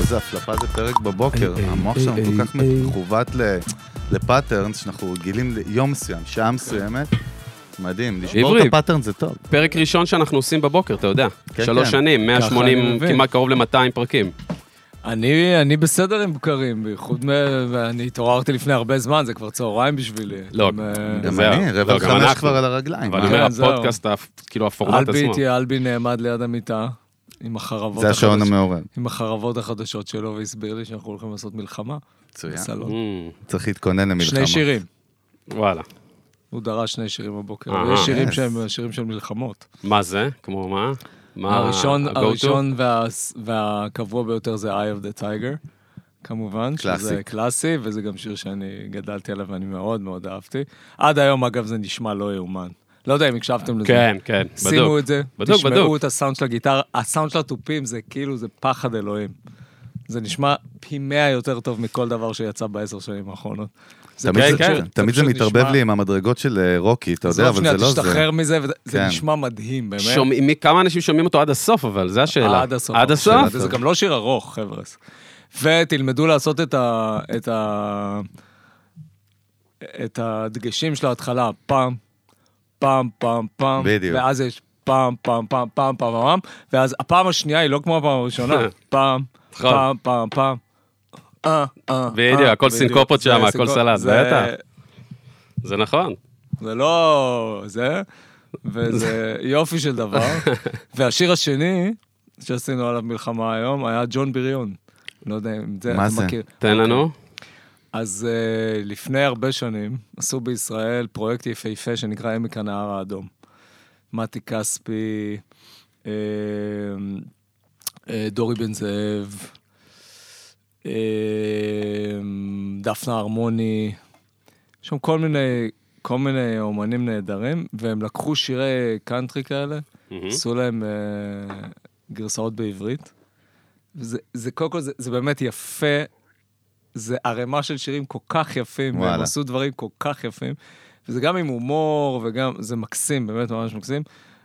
זה הפלפה, זה פרק בבוקר, המוח שלנו כל כך מכוות לפאטרנס, שאנחנו רגילים ליום מסוים, שעה מסוימת, מדהים, לשבור את הפאטרן זה טוב. פרק ראשון שאנחנו עושים בבוקר, אתה יודע, 3 שנים, 180, כמעט קרוב ל-200 פרקים. אני בסדר עם בקרים, בייחוד ואני התעוררתי לפני הרבה זמן, זה כבר צהריים בשבילי. לא, גם אני, רבע 5 כבר על הרגליים. אבל אני אומר, הפודקאסט, כאילו הפורמט עצמו. אלבי נעמד ליד המיטה, עם החרבות. זה השעון המעורר. עם החרבות החדשות שלו, והסביר לי שאנחנו הולכים לעשות מלחמה. מצוין. צריך להתכונן למלחמה. 2 שירים. וואלה. הוא דרש 2 שירים בבוקר. ויש שירים שהם שירים של מלחמות. מה זה? כמו מה? הראשון והקבוע ביותר זה Eye of the Tiger, כמובן, שזה קלאסי, וזה גם שיר שאני גדלתי עליו ואני מאוד מאוד אהבתי. עד היום, אגב, זה נשמע לא יאומן. לא יודע אם הקשבתם לזה. כן, כן, בדוק. שימו את זה, בדוק, תשמעו את הסאונד של הגיטרה, הסאונד של התופים זה כאילו, זה פחד אלוהים. זה נשמע פי 100 יותר טוב מכל דבר שיצא ב10 שנים האחרונות. תמיד זה מתערבב לי עם המדרגות של רוקי, אתה יודע, אבל זה לא זה. תשתחרר מזה, וזה נשמע מדהים, באמת. כמה אנשים שומעים אותו עד הסוף, אבל זה השאלה. עד הסוף. עד הסוף? זה גם לא שיר ארוך, חבר'ס. ותלמדו לעשות את הדגשים של ההתחלה, פעם, פעם, פעם, פעם, ואז יש פעם, פעם, פעם, פעם, פעם, ואז הפעם השנייה היא לא כמו הפעם הראשונה, פעם, פעם, פעם, פעם. בדיוק, הכל סינקופות שם, הכל סלט, זה נכון. זה לא זה, וזה יופי של דבר. והשיר השני, שעשינו עליו מלחמה היום, היה ג'ון בריון. לא יודע אם זה אתה מכיר. תן לנו. אז לפני הרבה שנים, עשו בישראל פרויקט יפהפה שנקרא עמק הנהר האדום. מתי כספי, דורי בן זאב, דפנה הרמוני, יש שם כל מיני אומנים נהדרים, והם לקחו שירי קאנטרי כאלה, עשו להם גרסאות בעברית, זה קודם כל, זה באמת יפה, זה ערימה של שירים כל כך יפים, והם עשו דברים כל כך יפים, וזה גם עם הומור, וגם, זה מקסים, באמת ממש מקסים,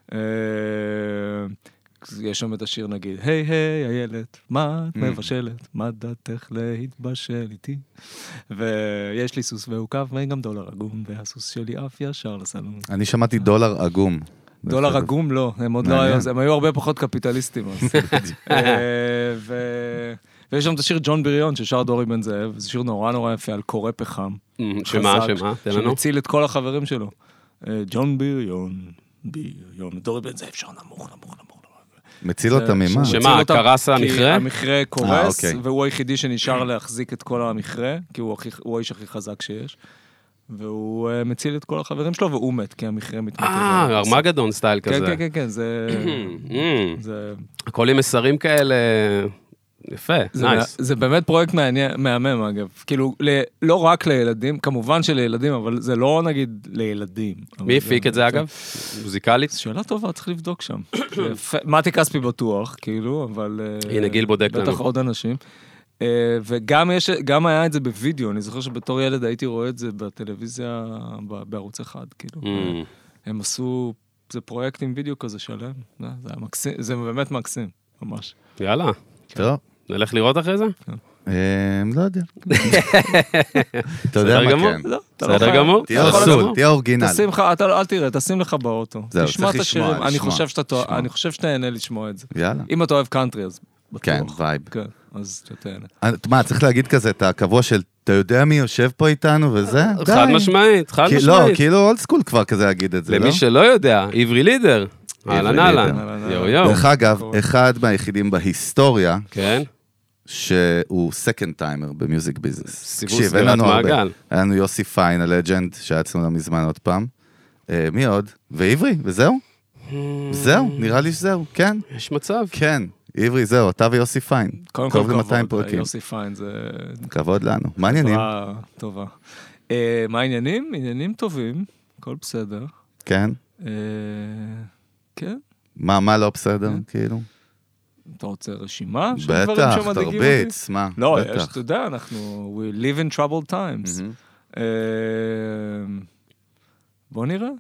יש שם את השיר נגיד, היי היי הילד, מה את מבשלת? מה דעתך להתבשל איתי? ויש לי סוס ועוקב, וגם דולר עגום, והסוס שלי אף ישר לסלון. אני שמעתי דולר עגום. דולר עגום לא, הם עוד לא היו, הם היו הרבה פחות קפיטליסטים. ויש שם את השיר ג'ון בריון, ששר דורי בן זאב, זה שיר נורא נורא יפה על קורא פחם. שמה? תן לנו. שמציל את כל החברים שלו. ג'ון בריון, דורי בן זאב, שר נמוך. מציל אותם ממה? שמה, קרס המכרה? כי המכרה קורס, והוא היחידי שנשאר להחזיק את כל המכרה, כי הוא האיש הכי חזק שיש, והוא מציל את כל החברים שלו, והוא מת, כי המכרה מתמקד. ארמגדון סטייל כזה. כן, זה... הכל עם מסרים כאלה... יפה, נייס. זה באמת פרויקט מהמם, אגב. כאילו, לא רק לילדים, כמובן שלילדים, אבל זה לא נגיד לילדים. מי הפיק את זה, אגב? מוזיקלית? שאלה טובה, צריך לבדוק שם. מתי כספי בטוח, כאילו, אבל... הנה, גיל בודק לנו. בטח עוד אנשים. וגם היה את זה בווידאו, אני זוכר שבתור ילד הייתי רואה את זה בטלוויזיה, בערוץ אחד, כאילו. הם עשו, זה פרויקט עם וידאו כזה שלם, זה באמת מקסים, ממש. יאללה. טוב. נלך לראות אחרי זה? לא יודע. אתה יודע מה כן. בסדר גמור. תהיה אורגינל. אל תראה, תשים לך באוטו. תשמע את השירים, אני חושב שאתה נהנה לשמוע את זה. יאללה. אם אתה אוהב קאנטרי, אז בטוח. כן, וייב. כן, אז תהנה. מה, צריך להגיד כזה, את הקבוע של, אתה יודע מי יושב פה איתנו וזה? חד משמעית. לא, כאילו אולד סקול כבר כזה להגיד את זה, לא? למי שלא יודע, עברי לידר. אהלן. דרך אגב, אחד מהיחידים בהיסטוריה, כן. שהוא סקנד טיימר במיוזיק ביזנס. סיבוב סגירת מעגל. היה לנו יוסי פיין, הלג'נד, שהיה אצלנו לא מזמן עוד פעם. מי עוד? ועברי, וזהו? זהו, נראה לי שזהו, כן. יש מצב. כן, עברי, זהו, אתה ויוסי פיין. קודם כל כבוד, יוסי פיין זה... כבוד לנו. מה העניינים? טובה. מה העניינים? עניינים טובים, הכל בסדר. כן. כן. מה לא בסדר, כאילו? אתה רוצה רשימה? בטח, תרביץ, מה? לא, יש, אתה יודע, אנחנו, we live in troubled times. בוא נראה.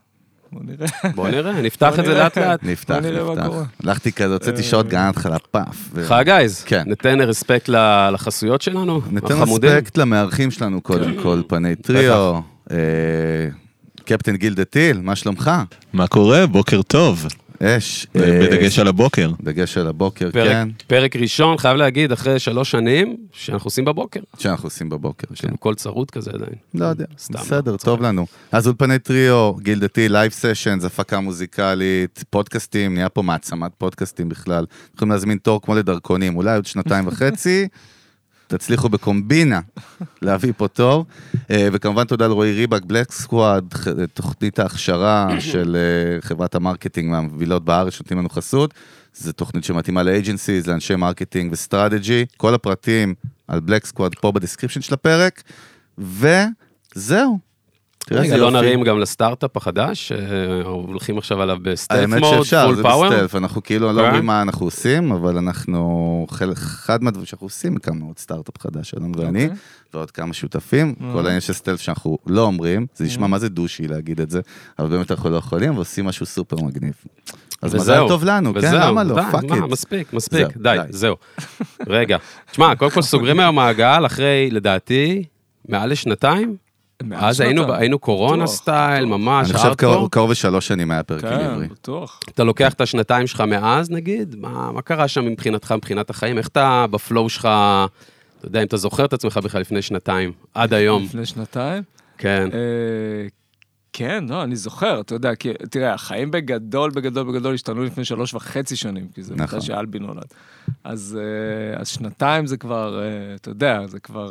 בוא נראה, נפתח את זה לאט לאט. נפתח. הלכתי כזה, הוצאתי שעות גן התחלה פאף. חגייז, ניתן רספקט לחסויות שלנו, ניתן רספקט למארחים שלנו קודם כל, פני טריו, קפטן גילדה טיל, מה שלומך? מה קורה? בוקר טוב. אש. בדגש על הבוקר. בדגש על הבוקר, כן. פרק ראשון, חייב להגיד, אחרי 3 שנים, שאנחנו עושים בבוקר. שאנחנו עושים בבוקר, כן. יש לנו קול צרות כזה עדיין. לא יודע, בסדר, טוב לנו. אז אולפני טריו, גילדתי, לייב סשנס, הפקה מוזיקלית, פודקאסטים, נהיה פה מעצמת פודקאסטים בכלל. יכולים להזמין תור כמו לדרכונים, אולי עוד 2.5 תצליחו בקומבינה להביא פה תור, וכמובן תודה לרועי ריבק, בלק סקואד, תוכנית ההכשרה של חברת המרקטינג מהמובילות בארץ, שנותנים לנו חסות, זו תוכנית שמתאימה לאג'נסיז, לאנשי מרקטינג וסטרטג'י, כל הפרטים על בלק סקואד פה בדסקריפשן של הפרק, וזהו. רגע, לא נרים גם לסטארט-אפ החדש, הולכים עכשיו עליו בסטלף מוד, האמת שאפשר, זה בסטלף, אנחנו כאילו לא אומרים מה אנחנו עושים, אבל אנחנו, אחד מהדברים שאנחנו עושים, הקמנו עוד סטארט-אפ חדש, אלון ואני, ועוד כמה שותפים, כל העניין של סטלף שאנחנו לא אומרים, זה נשמע מה זה דושי להגיד את זה, אבל באמת אנחנו לא יכולים, ועושים משהו סופר מגניב. אז מזל טוב לנו, כן? למה לא? פאק איט. מספיק, די, זהו. רגע, תשמע, קודם כל סוגרים היום מעגל אחרי, לדעתי, מעל לשנתיים, אז היינו קורונה סטייל, ממש. אני חושב קרוב ו3 שנים היה פרק עברי. כן, בטוח. אתה לוקח את השנתיים שלך מאז, נגיד? מה קרה שם מבחינתך, מבחינת החיים? איך אתה בפלואו שלך, אתה יודע, אם אתה זוכר את עצמך בכלל לפני שנתיים, עד היום? לפני שנתיים? כן. כן, לא, אני זוכר, אתה יודע, כי, תראה, החיים בגדול השתנו לפני 3.5 שנים, כי זה מתי שאלבי נולד. אז שנתיים זה כבר, אתה יודע,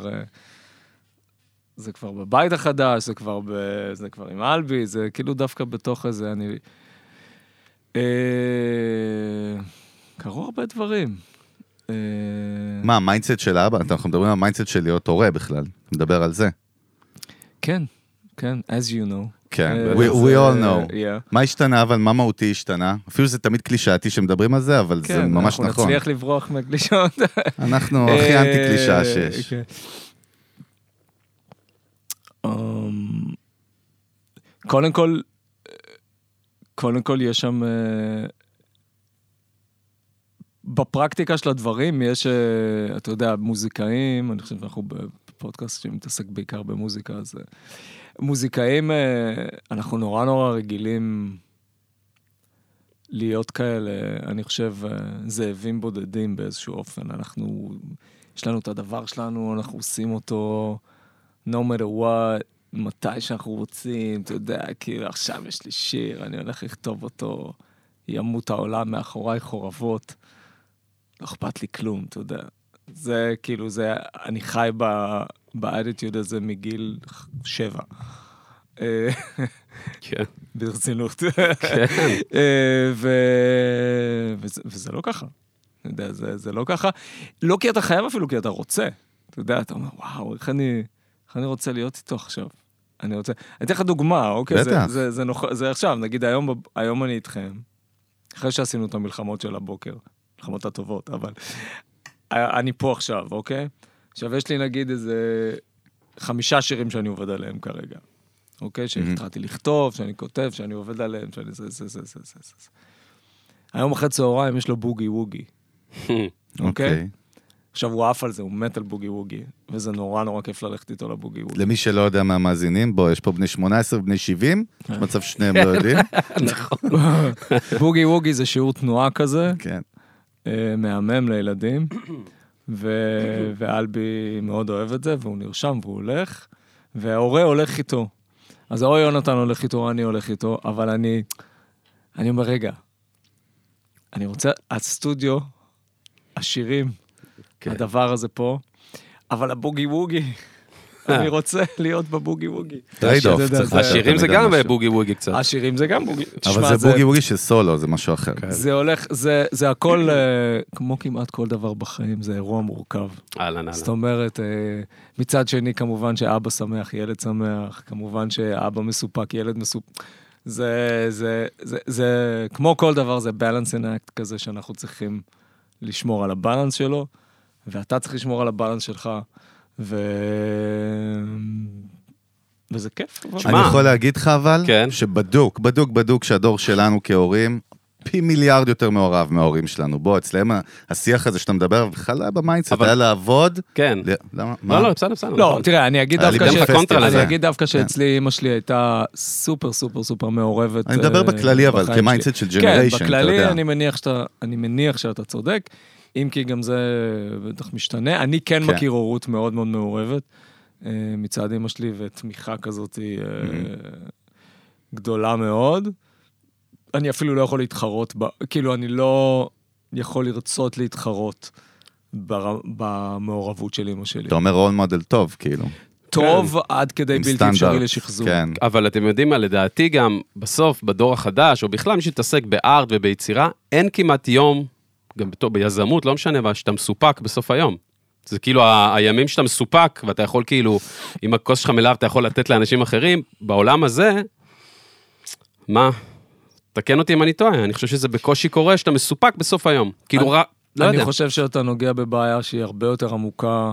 זה כבר בבית החדש, זה כבר עם אלבי, זה כאילו דווקא בתוך הזה, קרו הרבה דברים. מה, המיינדסט של אבא? אנחנו מדברים על המיינדסט של להיות הורה בכלל, נדבר על זה. כן, as you know. כן, we all know. מה השתנה, אבל מה מהותי השתנה? אפילו זה תמיד קלישאתי שמדברים על זה, אבל זה ממש נכון. אנחנו נצליח לברוח מהקלישאות. אנחנו הכי אנטי קלישה שיש. קודם כל יש שם, בפרקטיקה של הדברים יש, אתה יודע, מוזיקאים, אני חושב שאנחנו בפודקאסט שמתעסק בעיקר במוזיקה, אז מוזיקאים, אנחנו נורא רגילים להיות כאלה, אני חושב, זאבים בודדים באיזשהו אופן, יש לנו את הדבר שלנו, אנחנו עושים אותו, no matter what, מתי שאנחנו רוצים, אתה יודע, כאילו עכשיו יש לי שיר, אני הולך לכתוב אותו, ימות העולם מאחוריי חורבות, לא אכפת לי כלום, אתה יודע. זה כאילו, אני חי באטיטיוד הזה מגיל 7. כן. ברצינות. כן. וזה לא ככה. אתה יודע, זה לא ככה. לא כי אתה חייב אפילו, כי אתה רוצה. אתה יודע, אתה אומר, וואו, איך אני רוצה להיות איתו עכשיו? אני אתן לך דוגמה, אוקיי? בטח. זה עכשיו, נגיד, היום אני איתכם, אחרי שעשינו את המלחמות של הבוקר, מלחמות הטובות, אבל אני פה עכשיו, אוקיי? עכשיו יש לי נגיד איזה 5 שירים שאני עובד עליהם כרגע, אוקיי? שהתחלתי לכתוב, שאני כותב, שאני עובד עליהם, שאני זה. היום אחרי צהריים יש לו בוגי ווגי, אוקיי? עכשיו הוא עף על זה, הוא מת על בוגי ווגי, וזה נורא כיף ללכת איתו לבוגי ווגי. למי שלא יודע מהמאזינים, בוא, יש פה בני 18 ובני 70, יש מצב שניהם לא יודעים. נכון. בוגי ווגי זה שיעור תנועה כזה, כן. מהמם לילדים, ואלבי מאוד אוהב את זה, והוא נרשם והוא הולך, וההורה הולך איתו. אז ההורה יונתן הולך איתו, אני הולך איתו, אבל אני אומר, רגע, אני רוצה, הסטודיו, השירים, הדבר הזה פה, אבל הבוגי ווגי, אני רוצה להיות בבוגי ווגי. השירים זה גם בוגי ווגי קצת. השירים זה גם בוגי. אבל זה בוגי ווגי של סולו, זה משהו אחר. זה הולך, זה הכל, כמו כמעט כל דבר בחיים, זה אירוע מורכב. זאת אומרת, מצד שני, כמובן שאבא שמח, ילד שמח, כמובן שאבא מסופק, ילד מסופק. זה, כמו כל דבר, זה balancing act כזה שאנחנו צריכים לשמור על הבאלנס שלו, ואתה צריך לשמור על הבאלנס שלך, וזה כיף. אני יכול להגיד לך אבל, שבדוק שהדור שלנו כהורים, פי מיליארד יותר מעורב מההורים שלנו. בוא, אצלם השיח הזה שאתה מדבר, בכלל היה במיינדסט, היה לעבוד. כן. למה? לא, בסדר. לא, תראה, אני אגיד דווקא שאצלי אמא שלי הייתה סופר סופר סופר מעורבת. אני מדבר בכללי, אבל כמיינדסט של ג'נריישן, כן, בכללי אני מניח שאתה צודק, אם כי גם זה בטח משתנה. אני כן מכיר הורות מאוד מאוד מעורבת, מצד אמא שלי, ותמיכה כזאת היא גדולה מאוד. אני אפילו לא יכול להתחרות בה, כאילו אני לא יכול לרצות להתחרות במעורבות של אמא שלי. אתה אומר רול מודל טוב, כאילו. טוב עד כדי בלתי אפשרי לשחזור. אבל אתם יודעים מה, לדעתי גם בסוף, בדור החדש, או בכלל מי שתעסק בארט וביצירה, אין כמעט יום, גם ביזמות, לא משנה, אבל שאתה מסופק בסוף היום. זה כאילו הימים שאתה מסופק, ואתה יכול כאילו, עם הכוס שלך מלאה, אתה יכול לתת לאנשים אחרים, בעולם הזה, מה? תקן אותי אם אני טועה, אני חושב שזה בקושי קורה, שאתה מסופק בסוף היום. כאילו, לא יודע. אני חושב שאתה נוגע בבעיה שהיא הרבה יותר עמוקה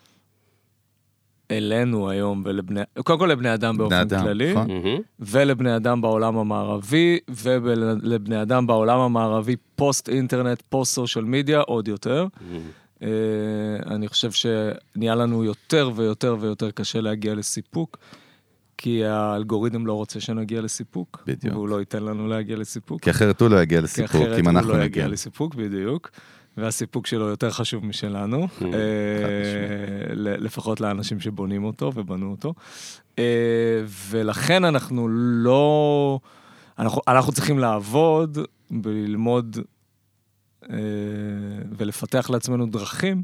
אלינו היום, קודם כל לבני אדם באופן כללי, ולבני אדם בעולם המערבי, ולבני אדם בעולם המערבי פוסט אינטרנט, פוסט סושיאל מדיה, עוד יותר. אני חושב שנהיה לנו יותר ויותר ויותר קשה להגיע לסיפוק, כי האלגוריתם לא רוצה שנגיע לסיפוק, בדיוק. והוא לא ייתן לנו להגיע לסיפוק. כי אחרת הוא לא יגיע לסיפוק, אם אנחנו לא יגיע לסיפוק, בדיוק. והסיפוק שלו יותר חשוב משלנו, לפחות לאנשים שבונים אותו ובנו אותו. ולכן אנחנו לא... אנחנו צריכים לעבוד וללמוד ולפתח לעצמנו דרכים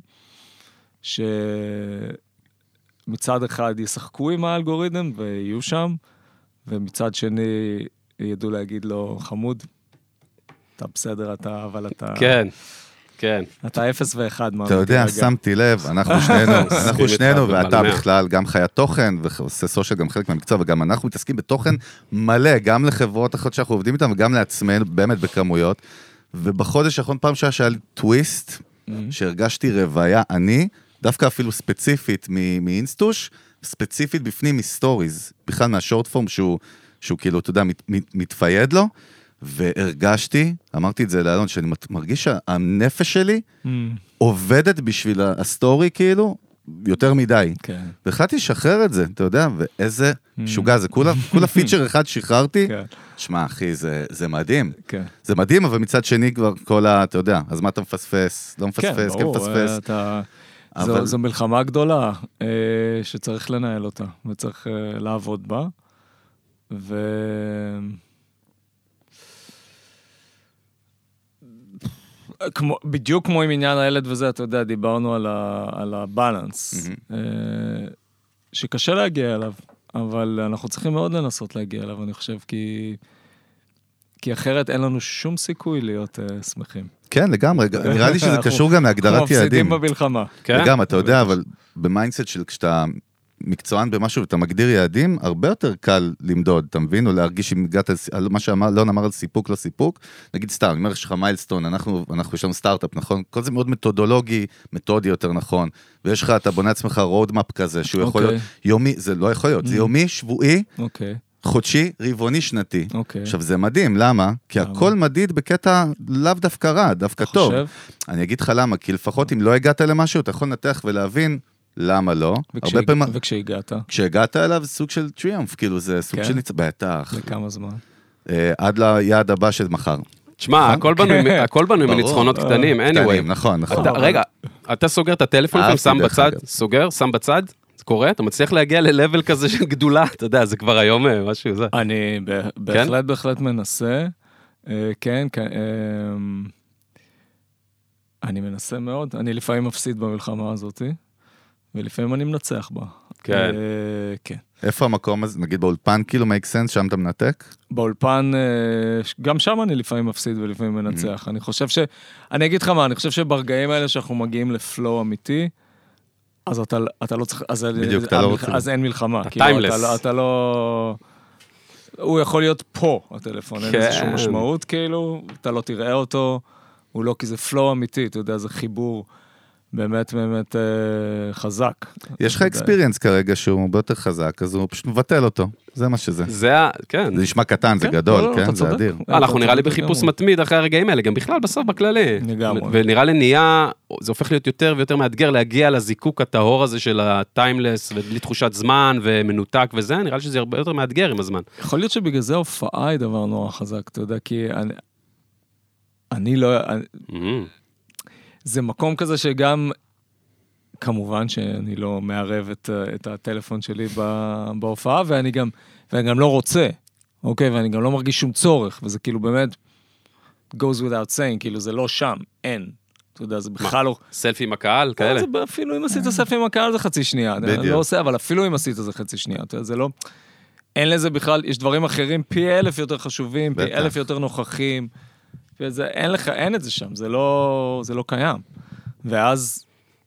מצד אחד ישחקו עם האלגוריתם ויהיו שם, ומצד שני ידעו להגיד לו, חמוד, אתה בסדר, אבל אתה... כן, כן. אתה 0 ו-1. אתה יודע, שמתי לב, אנחנו שנינו, ואתה בכלל גם חיית תוכן, ועושה סושיאל גם חלק מהמקצוע, וגם אנחנו מתעסקים בתוכן מלא, גם לחברות אחרות שאנחנו עובדים איתן, וגם לעצמנו, באמת בכמויות, ובחודש האחרון פעם שהיה לי טוויסט, שהרגשתי רוויה, דווקא אפילו ספציפית מאינסטוש, ספציפית בפנים מסטוריז, בכלל מהשורט פורם שהוא כאילו, אתה יודע, מתפייד לו, והרגשתי, אמרתי את זה לאלון, שאני מרגיש שהנפש שלי עובדת בשביל הסטורי, כאילו, יותר מדי. והחלטתי לשחרר את זה, אתה יודע, ואיזה שוגע, זה כולה פיצ'ר אחד שחררתי, שמע, אחי, זה מדהים. זה מדהים, אבל מצד שני כבר כל אתה יודע, אז מה אתה מפספס? לא מפספס, כן מפספס. זו מלחמה גדולה שצריך לנהל אותה, וצריך לעבוד בה, בדיוק כמו עם עניין הילד וזה, אתה יודע, דיברנו על הבלנס, שקשה להגיע אליו, אבל אנחנו צריכים מאוד לנסות להגיע אליו, אני חושב, כי אחרת אין לנו שום סיכוי להיות שמחים. כן, לגמרי, נראה לי שזה קשור גם להגדרת יעדים. אנחנו מפסידים במלחמה. וגם, אתה יודע, אבל במיינדסט של כשאתה מקצוען במשהו ואתה מגדיר יעדים, הרבה יותר קל למדוד, אתה מבין? או להרגיש אם הגעת על מה שאלון אמר על סיפוק, לא סיפוק. נגיד סתם, אני אומר, יש לך מיילסטון, אנחנו יש לנו סטארט-אפ, נכון? כל זה מאוד מתודולוגי, מתודי יותר נכון. ויש לך, אתה בונה עצמך רודמאפ כזה, שהוא יכול להיות יומי, זה לא יכול להיות, זה יומי, שבועי, חודשי, רבעוני, שנתי. עכשיו, זה מדהים, למה? כי הכל מדיד בקטע לאו דווקא רע, דווקא טוב. אני אגיד לך למה, כי לפחות אם לא הגעת למשהו, אתה יכול לנתח ולהבין למה לא. וכשהגעת? כשהגעת אליו זה סוג של טריומף, כאילו זה סוג של בטח. לכמה זמן? עד ליעד הבא של מחר. תשמע, הכל בנוי מניצחונות קטנים, anyway. נכון. רגע, אתה סוגר את הטלפון, שם בצד, שם בצד, זה קורה? אתה מצליח להגיע ללבל כזה של גדולה, אתה יודע, זה כבר היום משהו, זה. אני בהחלט מנסה, כן, אני מנסה מאוד, אני לפעמים מפסיד במלחמה הזאת, ולפעמים אני מנצח בה. כן. כן. איפה המקום הזה? נגיד באולפן כאילו make sense, שם אתה מנתק? באולפן, גם שם אני לפעמים מפסיד ולפעמים מנצח. אני חושב אני אגיד לך מה, אני חושב שברגעים האלה שאנחנו מגיעים לפלואו אמיתי, אז אתה לא צריך, בדיוק, אתה לא רוצה. אז אין מלחמה. טיימלס. אתה לא... הוא יכול להיות פה, הטלפון, אין איזושהי משמעות, כאילו, אתה לא תראה אותו, הוא לא, כי זה פלואו אמיתי, אתה יודע, זה חיבור באמת חזק. יש לך אקספיריאנס כרגע שהוא הרבה יותר חזק, אז הוא פשוט מבטל אותו, זה מה שזה. כן. זה נשמע קטן, זה גדול, כן? זה אדיר. אנחנו נראה לי בחיפוש מתמיד אחרי הרגעים האלה, גם בכלל בסוף בכללי. לגמרי. ונראה לי זה הופך להיות יותר ויותר מאתגר להגיע לזיקוק הטהור הזה של הטיימלס, ובלי תחושת זמן ומנותק וזה, נראה לי שזה הרבה יותר מאתגר עם הזמן. יכול להיות שבגלל זה הופעה היא דבר נורא חזק, אתה יודע, כי אני לא... זה מקום כזה שגם, כמובן שאני לא מערב את הטלפון שלי בהופעה, ואני גם לא רוצה, אוקיי? ואני גם לא מרגיש שום צורך, וזה כאילו באמת goes without saying, כאילו זה לא שם, אין. אתה יודע, זה בכלל לא... סלפי עם הקהל, כאלה? אפילו אם עשית סלפי עם הקהל זה חצי שנייה. אני לא עושה, אבל אפילו אם עשית זה חצי שנייה. זה לא... אין לזה בכלל, יש דברים אחרים פי 1000 יותר חשובים, פי 1000 יותר נוכחים. אין את זה שם, זה לא קיים. ואז...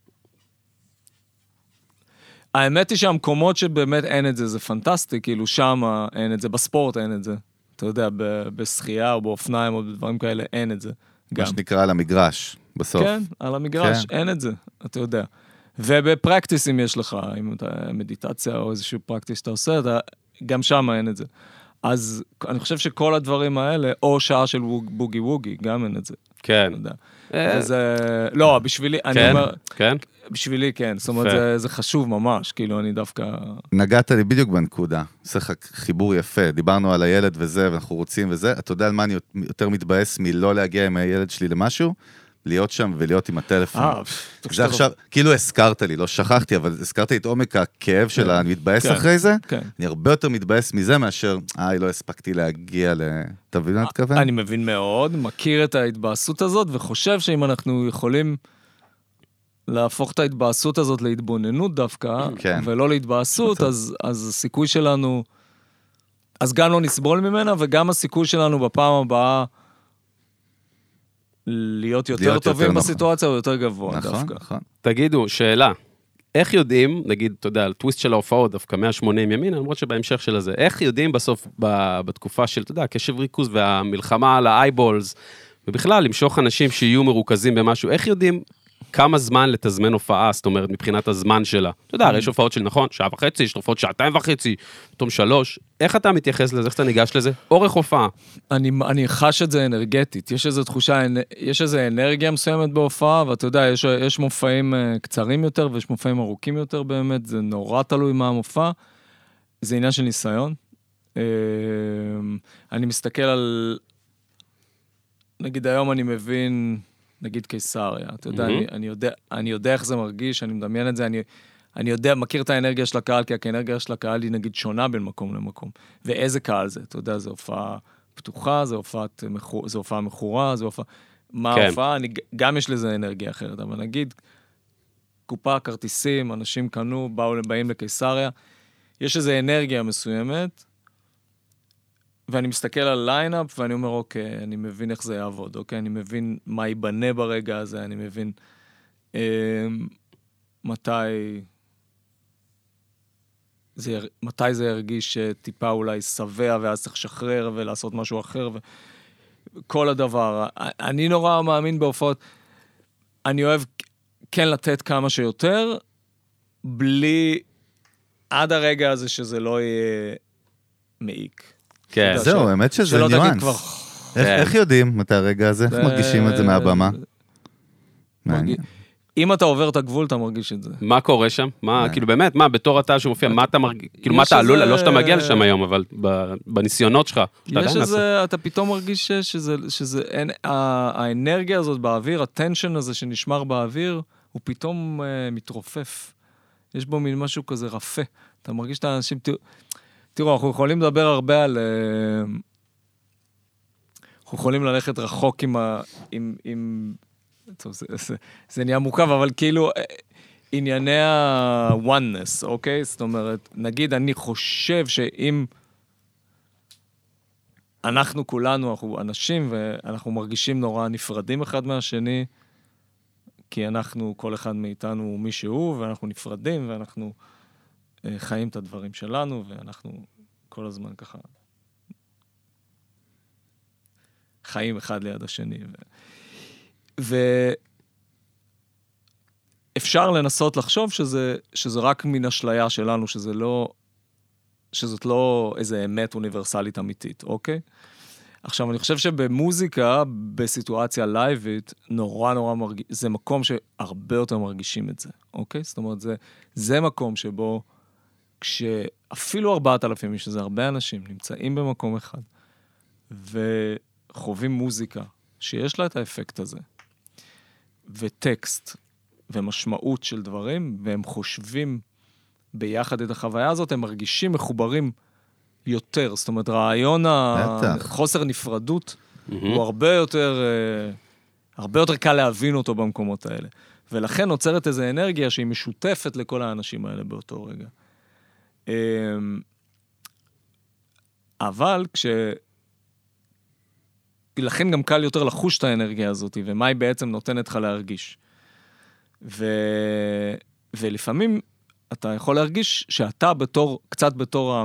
האמת היא שהמקומות שבאמת אין את זה, זה פנטסטי, כאילו שם אין את זה, בספורט אין את זה. אתה יודע, בשחייה או באופניים או בדברים כאלה, אין את זה. מה שנקרא על המגרש, בסוף. כן, על המגרש, אין את זה, אתה יודע. ובפרקטיסים יש לך, אם אתה מדיטציה או איזשהו פרקטיס שאתה עושה, גם שם אין את זה. אז אני חושב שכל הדברים האלה, או שעה של בוגי ווגי, גם אין את זה. כן. לא, בשבילי, אני אומר... כן? בשבילי כן, זאת אומרת, זה חשוב ממש, כאילו אני דווקא... נגעת לי בדיוק בנקודה, עושה לך חיבור יפה, דיברנו על הילד וזה, ואנחנו רוצים וזה, אתה יודע על מה אני יותר מתבאס מלא להגיע עם הילד שלי למשהו? להיות שם ולהיות עם הטלפון. זה עכשיו, כאילו הזכרת לי, לא שכחתי, אבל הזכרת לי את עומק הכאב שלה, אני מתבאס אחרי זה, אני הרבה יותר מתבאס מזה מאשר, לא הספקתי להגיע אתה מבין מה אני מתכוון? אני מבין מאוד, מכיר את ההתבאסות הזאת, וחושב שאם אנחנו יכולים להפוך את ההתבאסות הזאת להתבוננות דווקא, ולא להתבאסות, אז הסיכוי שלנו, אז גם לא נסבול ממנה, וגם הסיכוי שלנו בפעם הבאה, להיות יותר טובים בסיטואציה, הוא יותר גבוה דווקא. נכון. תגידו, שאלה, איך יודעים, נגיד, אתה יודע, על טוויסט של ההופעות, דווקא 180 ימין, למרות שבהמשך של הזה, איך יודעים בסוף, בתקופה של, אתה יודע, קשב ריכוז והמלחמה על האייבולס, ובכלל, למשוך אנשים שיהיו מרוכזים במשהו, איך יודעים כמה זמן לתזמן הופעה, זאת אומרת, מבחינת הזמן שלה? אתה יודע, הרי יש הופעות של, נכון, שעה וחצי, יש הופעות 2.5 שעתיים, פתאום 3, איך אתה מתייחס לזה? איך אתה ניגש לזה? אורך הופעה. אני חש את זה אנרגטית, יש איזו תחושה, יש איזו אנרגיה מסוימת בהופעה, ואתה יודע, יש מופעים קצרים יותר, ויש מופעים ארוכים יותר באמת, זה נורא תלוי מה המופע, זה עניין של ניסיון. אני מסתכל על, נגיד היום אני מבין, נגיד קיסריה, אתה יודע, אני יודע איך זה מרגיש, אני מדמיין את זה, אני יודע, מכיר את האנרגיה של הקהל, כי האנרגיה של הקהל היא נגיד שונה בין מקום למקום. ואיזה קהל זה? אתה יודע, זו הופעה פתוחה, זו הופעה מכורה, זו הופעה... מה ההופעה? גם יש לזה אנרגיה אחרת, אבל נגיד, קופה, כרטיסים, אנשים קנו, באים לקיסריה, יש איזו אנרגיה מסוימת, ואני מסתכל על ליינאפ, ואני אומר, אוקיי, אני מבין איך זה יעבוד, אוקיי? אני מבין מה ייבנה ברגע הזה, אני מבין מתי זה ירגיש טיפה אולי שבע, ואז צריך לשחרר ולעשות משהו אחר, וכל הדבר. אני נורא מאמין בהופעות, אני אוהב כן לתת כמה שיותר, בלי, עד הרגע הזה שזה לא יהיה מעיק. כן. זהו, האמת שזה ניואנס. איך יודעים מתי הרגע הזה? איך מרגישים את זה מהבמה? אם אתה עובר את הגבול, אתה מרגיש את זה. מה קורה שם? מה, כאילו באמת, מה, בתור אתה שמופיע, מה אתה מרגיש? כאילו, מה אתה עלול, לא שאתה מגיע לשם היום, אבל בניסיונות שלך, יש איזה, אתה פתאום מרגיש שזה, האנרגיה הזאת באוויר, הטנשן הזה שנשמר באוויר, הוא פתאום מתרופף. יש בו מין משהו כזה רפה. אתה מרגיש את האנשים, תראו, אנחנו יכולים לדבר הרבה על... אנחנו יכולים ללכת רחוק עם טוב, זה נהיה מורכב, אבל כאילו, ענייני ה-oneness, אוקיי? זאת אומרת, נגיד, אני חושב שאם אנחנו כולנו, אנחנו אנשים, ואנחנו מרגישים נורא נפרדים אחד מהשני, כי אנחנו, כל אחד מאיתנו הוא מי שהוא, ואנחנו נפרדים, ואנחנו חיים את הדברים שלנו, ואנחנו כל הזמן ככה חיים אחד ליד השני. אפשר לנסות לחשוב שזה רק מן אשליה שלנו, שזאת לא איזו אמת אוניברסלית אמיתית, אוקיי? עכשיו, אני חושב שבמוזיקה, בסיטואציה לייבית, נורא מרגיש, זה מקום שהרבה יותר מרגישים את זה, אוקיי? זאת אומרת, זה מקום שבו, כשאפילו 4,000 איש, שזה הרבה אנשים, נמצאים במקום אחד, וחווים מוזיקה, שיש לה את האפקט הזה, וטקסט, ומשמעות של דברים, והם חושבים ביחד את החוויה הזאת, הם מרגישים מחוברים יותר. זאת אומרת, רעיון החוסר נפרדות, הוא הרבה יותר קל להבין אותו במקומות האלה. ולכן נוצרת איזו אנרגיה שהיא משותפת לכל האנשים האלה באותו רגע. אבל לכן גם קל יותר לחוש את האנרגיה הזאת, ומה היא בעצם נותנת לך להרגיש. ולפעמים אתה יכול להרגיש שאתה קצת בתור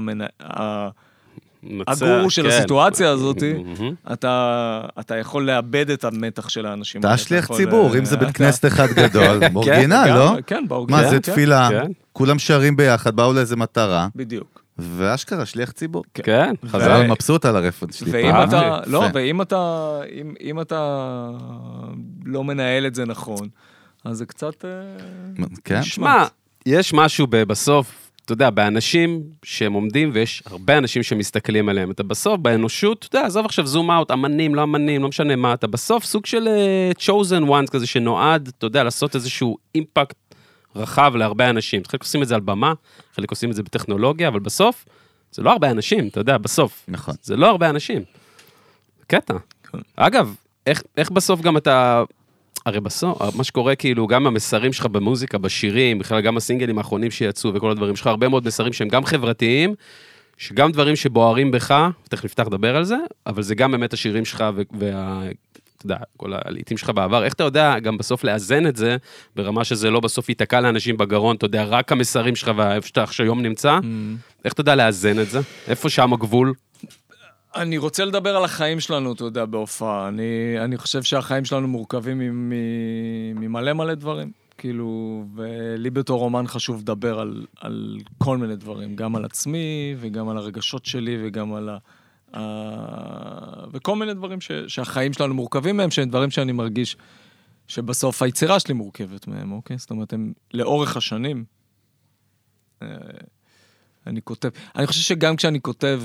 הגורו של הסיטואציה הזאת, אתה יכול לאבד את המתח של האנשים. אתה שליח ציבור, אם זה בית כנסת אחד גדול, אורגינל, לא? כן, באורגינל. מה, זה תפילה, כולם שרים ביחד, באו לאיזה מטרה. בדיוק. ואשכרה, שליח ציבור. כן. חזר מבסוט על הרפרנס שלי. ואם אתה לא מנהל את זה נכון, אז זה קצת... כן. שמע, יש משהו בסוף, אתה יודע, באנשים שהם עומדים, ויש הרבה אנשים שמסתכלים עליהם. אתה בסוף, באנושות, אתה יודע, עזוב עכשיו זום אאוט, אמנים, לא אמנים, לא משנה מה, אתה בסוף סוג של chosen ones כזה, שנועד, אתה יודע, לעשות איזשהו אימפקט רחב להרבה אנשים. חלק עושים את זה על במה, חלק עושים את זה בטכנולוגיה, אבל בסוף, זה לא הרבה אנשים, אתה יודע, בסוף. נכון. זה לא הרבה אנשים. קטע. אגב, איך בסוף גם אתה... הרי בסוף, מה שקורה כאילו, גם המסרים שלך במוזיקה, בשירים, בכלל גם הסינגלים האחרונים שיצאו וכל הדברים שלך, הרבה מאוד מסרים שהם גם חברתיים, שגם דברים שבוערים בך, תכף נפתח לדבר על זה, אבל זה גם באמת השירים שלך אתה יודע, כל הלעיתים שלך בעבר, איך אתה יודע גם בסוף לאזן את זה, ברמה שזה לא בסוף ייתקע לאנשים בגרון, אתה יודע, רק המסרים שלך והאיפה שאתה היום נמצא, איך אתה יודע לאזן את זה? איפה שם הגבול? אני רוצה לדבר על החיים שלנו, אתה יודע, בהופעה. אני חושב שהחיים שלנו מורכבים ממלא דברים. כאילו, ולי בתור רומן חשוב לדבר על כל מיני דברים, גם על עצמי, וגם על הרגשות שלי, וגם על וכל מיני דברים שהחיים שלנו מורכבים מהם, שהם דברים שאני מרגיש שבסוף היצירה שלי מורכבת מהם, אוקיי? זאת אומרת, הם לאורך השנים, אני כותב, אני חושב שגם כשאני כותב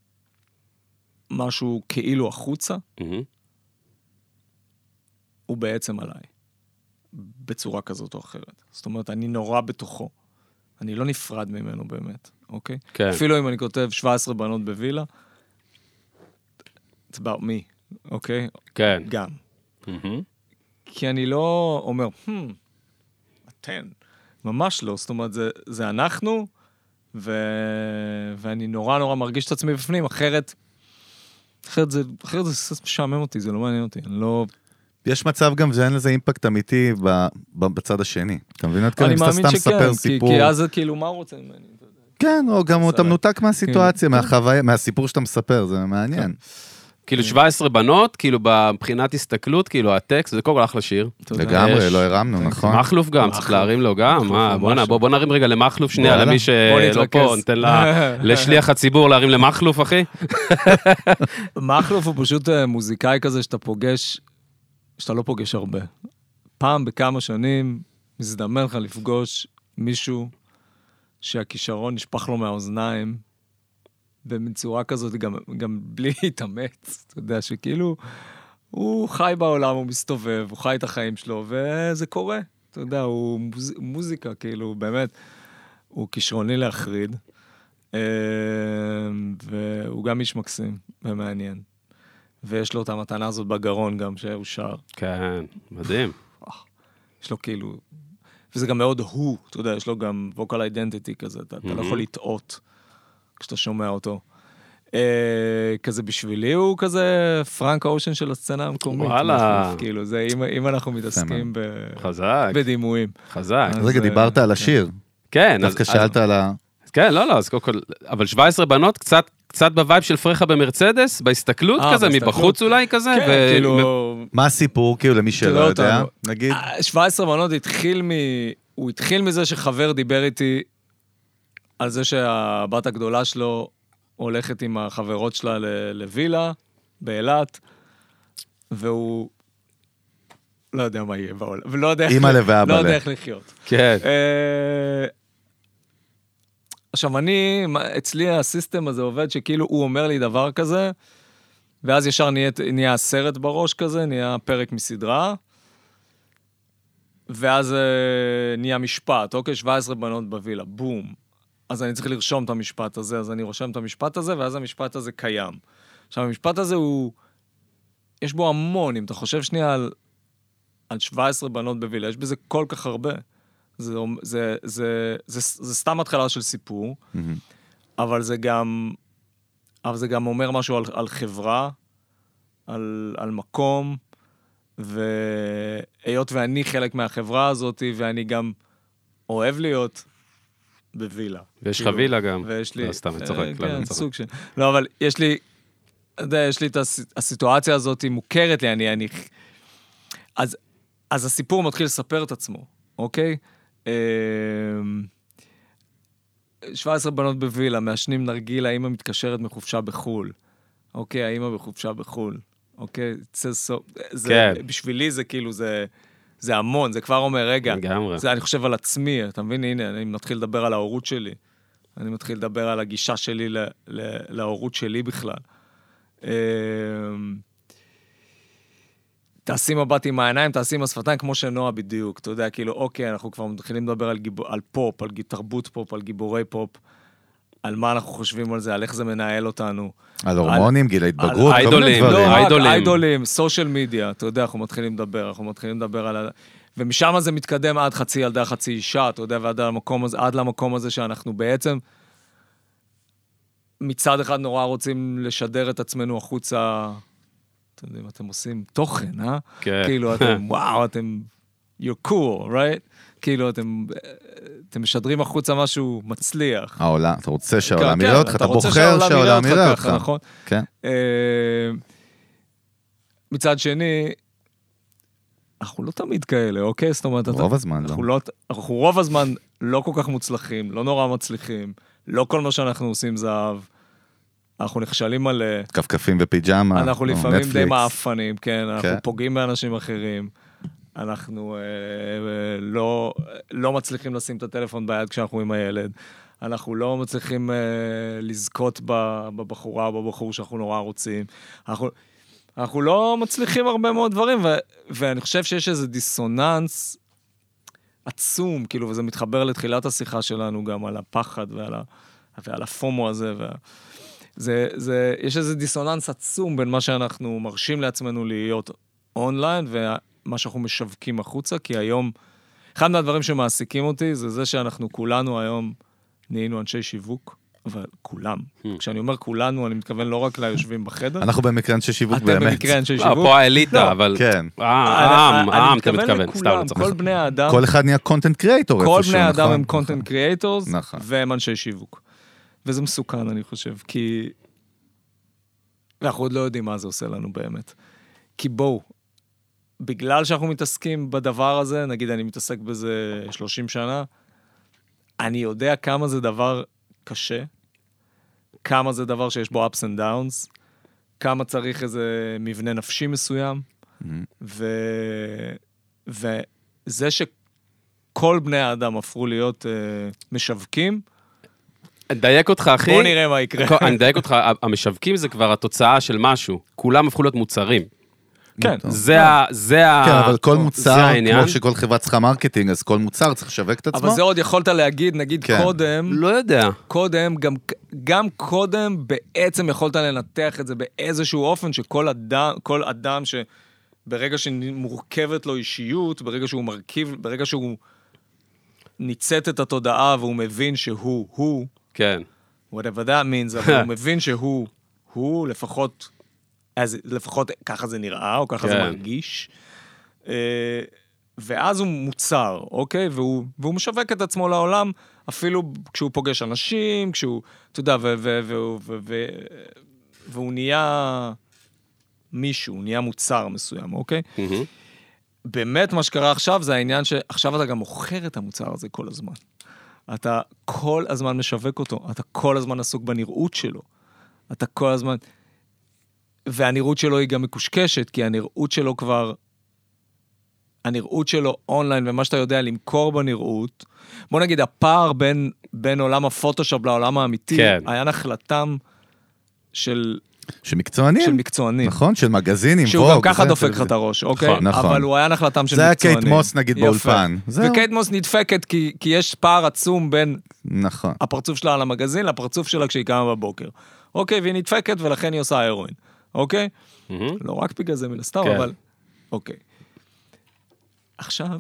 משהו כאילו החוצה, הוא בעצם עליי, בצורה כזאת או אחרת. זאת אומרת, אני נורא בתוכו, אני לא נפרד ממנו באמת, אוקיי? כן. אפילו אם אני כותב 17 בנות בווילה, it's about me, אוקיי? כן. גם. כי אני לא אומר, אתן, ממש לא, זאת אומרת, זה אנחנו, ואני נורא מרגיש את עצמי בפנים, אחרת זה משעמם אותי, זה לא מעניין אותי, אני לא... יש מצב גם שאין לזה אימפקט אמיתי בצד השני. אתה מבין? אני מאמין שכן, כי אז זה כאילו, מה הוא רוצה ממני? כן, או גם אתה מנותק מהסיטואציה, מהחוויה, מהסיפור שאתה מספר, זה מעניין. כאילו 17 בנות, כאילו מבחינת הסתכלות, כאילו הטקסט, זה קודם כל אחלה שיר. לגמרי, לא הרמנו, נכון? מחלוף גם, צריך להרים לו גם. בוא נרים רגע למחלוף שנייה, למי שלא פה, ניתן לשליח הציבור להרים למחלוף, אחי. מחלוף הוא פשוט מוזיקאי כזה שאתה פוגש, שאתה לא פוגש הרבה. פעם בכמה שנים, מזדמן לך לפגוש מישהו שהכישרון נשפך לו מהאוזניים, בצורה כזאת, גם בלי להתאמץ, אתה יודע, שכאילו, הוא חי בעולם, הוא מסתובב, הוא חי את החיים שלו, וזה קורה, אתה יודע, הוא מוזיקה, כאילו, באמת, הוא כישרוני להחריד, והוא גם איש מקסים ומעניין, ויש לו את המתנה הזאת בגרון גם, שהוא שר. כן, מדהים. יש לו כאילו, וזה גם מאוד הוא, אתה יודע, יש לו גם vocal identity כזה, אתה לא יכול לטעות, כשאתה שומע אותו. כזה בשבילי הוא כזה פרנק אושן של הסצנה המקומית. וואלה. כאילו, זה אם אנחנו מתעסקים בדימויים. חזק. אז רגע, דיברת על השיר. כן. דווקא שאלת על כן, לא, אז קודם כל, אבל 17 בנות קצת קצת בווייב של פרחה במרצדס, בהסתכלות כזה, מבחוץ אולי כזה. כן, כאילו... מה הסיפור, כאילו, למי שלא יודע, נגיד? 17 בנות הוא התחיל מזה שחבר דיבר איתי על זה שהבת הגדולה שלו הולכת עם החברות שלה לווילה, באילת, והוא לא יודע מה יהיה בעולם, ולא יודע איך לחיות. כן. עכשיו, אצלי הסיסטם הזה עובד שכאילו הוא אומר לי דבר כזה, ואז ישר נהיה הסרט בראש כזה, נהיה פרק מסדרה, ואז נהיה משפט, אוקיי, 17 בנות בווילה, בום. אז אני צריך לרשום את המשפט הזה, אז אני רושם את המשפט הזה, ואז המשפט הזה קיים. עכשיו, המשפט הזה יש בו המון, אם אתה חושב שנייה על 17 בנות בווילה, יש בזה כל כך הרבה. זה סתם התחלה של סיפור, אבל זה גם אומר משהו על חברה, על מקום, והיות ואני חלק מהחברה הזאת, ואני גם אוהב להיות בווילה. ויש לך וילה גם. ויש לי... לא, סתם, אני צוחק. כן, סוג של... לא, אבל יש לי את הסיטואציה הזאת, היא מוכרת לי, אז הסיפור מתחיל לספר את עצמו, אוקיי? 17 בנות בווילה, מעשנים נרגילה, האמא מתקשרת מחופשה בחול. אוקיי, האמא בחופשה בחול. אוקיי, בשבילי זה כאילו, זה המון, זה כבר אומר, רגע, אני חושב על עצמי, אתה מבין, הנה, אני מתחיל לדבר על ההורות שלי. אני מתחיל לדבר על הגישה שלי להורות שלי בכלל. תעשי מבט עם העיניים, תעשי עם השפתיים, כמו שנועה בדיוק, אתה יודע, כאילו, אוקיי, אנחנו כבר מתחילים לדבר על פופ, על תרבות פופ, על גיבורי פופ, על מה אנחנו חושבים על זה, על איך זה מנהל אותנו. על הורמונים, גיל ההתבגרות, איידולים, סושיאל מדיה, אתה יודע, אנחנו מתחילים לדבר על... ומשם זה מתקדם עד חצי ילדה, חצי אישה, אתה יודע, ועד למקום הזה שאנחנו בעצם, מצד אחד נורא רוצים לשדר את עצמנו החוצה, אתם יודעים, אתם עושים תוכן, אה? כן. כאילו, אתם, וואו, אתם, you're cool, right? כאילו, אתם משדרים החוצה משהו מצליח. העולם, אתה רוצה שהעולם יראה אותך, אתה בוחר שהעולם יראה אותך. נכון? כן. מצד שני, אנחנו לא תמיד כאלה, אוקיי? זאת אומרת, רוב הזמן לא. אנחנו רוב הזמן לא כל כך מוצלחים, לא נורא מצליחים, לא כל מה שאנחנו עושים זהב. אנחנו נכשלים מלא. כפכפים ופיג'מה. אנחנו לפעמים די מאפנים, כן, אנחנו פוגעים באנשים אחרים. אנחנו לא מצליחים לשים את הטלפון ביד כשאנחנו עם הילד. אנחנו לא מצליחים לזכות בבחורה או בבחור שאנחנו נורא רוצים. אנחנו לא מצליחים הרבה מאוד דברים, ואני חושב שיש איזה דיסוננס עצום, כאילו, וזה מתחבר לתחילת השיחה שלנו גם על הפחד ועל הפומו הזה, יש איזה דיסוננס עצום בין מה שאנחנו מרשים לעצמנו להיות אונליין, ומה שאנחנו משווקים החוצה, כי היום, אחד מהדברים שמעסיקים אותי, זה שאנחנו כולנו היום נהיינו אנשי שיווק, אבל כולם. כשאני אומר כולנו, אני מתכוון לא רק ליושבים בחדר. אנחנו במקרה אנשי שיווק באמת. אתם במקרה אנשי שיווק. פה האליטה, אבל... כן. העם, אתה מתכוון. כל בני האדם... כל אחד נהיה קונטנט קריאטור. כל בני האדם הם קונטנט קריאטורס, נכון. והם אנשי שיווק. וזה מסוכן, אני חושב, כי... ואנחנו עוד לא יודעים מה זה עושה לנו באמת. כי בואו, בגלל שאנחנו מתעסקים בדבר הזה, נגיד אני מתעסק בזה 30 שנה, אני יודע כמה זה דבר קשה, כמה זה דבר שיש בו ups and downs, כמה צריך איזה מבנה נפשי מסוים, וזה שכל בני האדם הפכו להיות משווקים, נדייק אותך, אחי. בוא נראה מה יקרה. אני נדייק אותך, המשווקים זה כבר התוצאה של משהו. כולם הפכו להיות מוצרים. כן. זה אבל כל מוצר, כמו שכל חברה צריכה מרקטינג, אז כל מוצר צריך לשווק את עצמו. אבל זה עוד יכולת להגיד, נגיד קודם, לא יודע. קודם, גם קודם בעצם יכולת לנתח את זה באיזשהו אופן, שכל אדם שברגע שמורכבת לו אישיות, ברגע שהוא ניצת את התודעה, והוא מבין שהוא, כן. whatever that means, אבל הוא מבין שהוא לפחות ככה זה נראה, או ככה זה מרגיש. ואז הוא מוצר, אוקיי? והוא משווק את עצמו לעולם, אפילו כשהוא פוגש אנשים, כשהוא, אתה יודע, והוא נהיה מישהו, הוא נהיה מוצר מסוים, אוקיי? באמת מה שקרה עכשיו זה העניין שעכשיו אתה גם מוכר את המוצר הזה כל הזמן. אתה כל הזמן משווק אותו, אתה כל הזמן עסוק בנראות שלו. אתה כל הזמן... והנראות שלו היא גם מקושקשת, כי הנראות שלו כבר... הנראות שלו אונליין, ומה שאתה יודע למכור בנראות, בוא נגיד, הפער בין עולם הפוטושופ לעולם האמיתי, כן. היה נחלתם של מקצוענים. נכון, של מגזינים. שהוא גם ככה דופק לך את הראש, אוקיי? נכון. אבל הוא היה נחלתם של זה מקצוענים. היה קייט מוס נגיד באולפן. וקייט מוס נדפקת כי יש פער עצום בין נכון. הפרצוף שלה על המגזין לפרצוף שלה כשהיא קמה בבוקר. אוקיי, והיא נדפקת ולכן היא עושה הרואין. אוקיי? לא רק בגלל זה מן הסתם, אבל... אוקיי. עכשיו...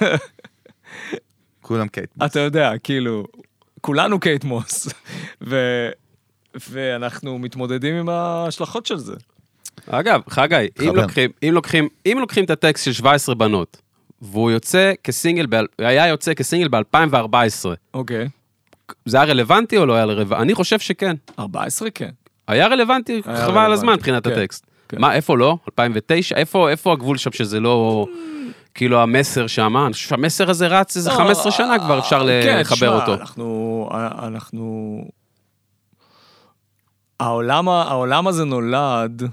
כולם קייט מוס. אתה יודע, כאילו, כולנו קייט מוס. ואנחנו מתמודדים עם ההשלכות של זה. אגב, חגי, אם לוקחים את הטקסט של 17 בנות, והוא יוצא כסינגל, היה יוצא כסינגל ב-2014. אוקיי. זה היה רלוונטי או לא היה רלוונטי? אני חושב שכן. 14 כן. היה רלוונטי, חבל על הזמן מבחינת הטקסט. מה, איפה לא? 2009? איפה הגבול שם שזה לא... כאילו המסר שם, אני חושב שהמסר הזה רץ איזה 15 שנה כבר אפשר לחבר אותו. אנחנו... העולם הזה נולד,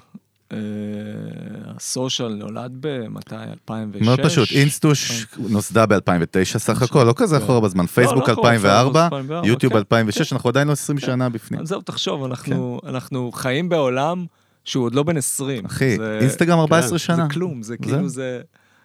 הסושיאל נולד במתי? 2006? מאוד פשוט, אינסטוש נוסדה ב-2009 סך הכל, לא כזה אחורה בזמן, פייסבוק 2004, יוטיוב 2006, אנחנו עדיין לא 20 שנה בפנים. זהו, תחשוב, אנחנו חיים בעולם שהוא עוד לא בן 20. אחי, אינסטגרם 14 שנה. זה כלום, זה כאילו זה...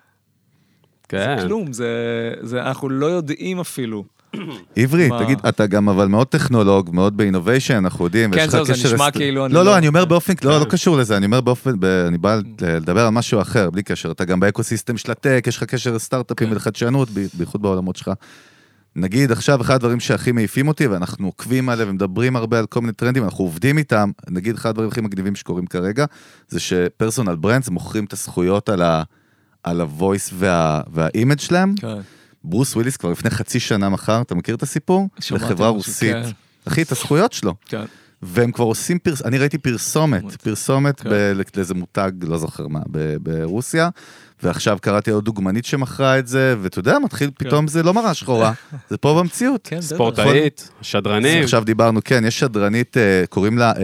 זה כלום, אנחנו לא יודעים אפילו. עברי, תגיד, אתה גם אבל מאוד טכנולוג, מאוד באינוביישן, אנחנו יודעים. כן, זהו, זה נשמע כאילו... לא, אני אומר באופן, לא קשור לזה, אני אומר באופן, אני בא לדבר על משהו אחר, בלי קשר, אתה גם באקוסיסטם של הטק, יש לך קשר לסטארט-אפים ולחדשנות, בייחוד בעולמות שלך. נגיד, עכשיו אחד הדברים שהכי מעיפים אותי, ואנחנו עוקבים עליהם ומדברים הרבה על כל מיני טרנדים, אנחנו עובדים איתם, נגיד, אחד הדברים הכי מגניבים שקורים כרגע, זה שפרסונל ברנדס מוכרים את הזכויות על ה-voice וה-image שלהם. ברוס וויליס כבר לפני חצי שנה מחר, אתה מכיר את הסיפור? לחברה רוסית. אחי, את הזכויות שלו. והם כבר עושים, אני ראיתי פרסומת לאיזה מותג, לא זוכר מה, ברוסיה, ועכשיו קראתי עוד דוגמנית שמכרה את זה, ואתה יודע, מתחיל פתאום זה לא מראה שחורה, זה פה במציאות. ספורטאית, שדרנים. עכשיו דיברנו, כן, יש שדרנית, קוראים לה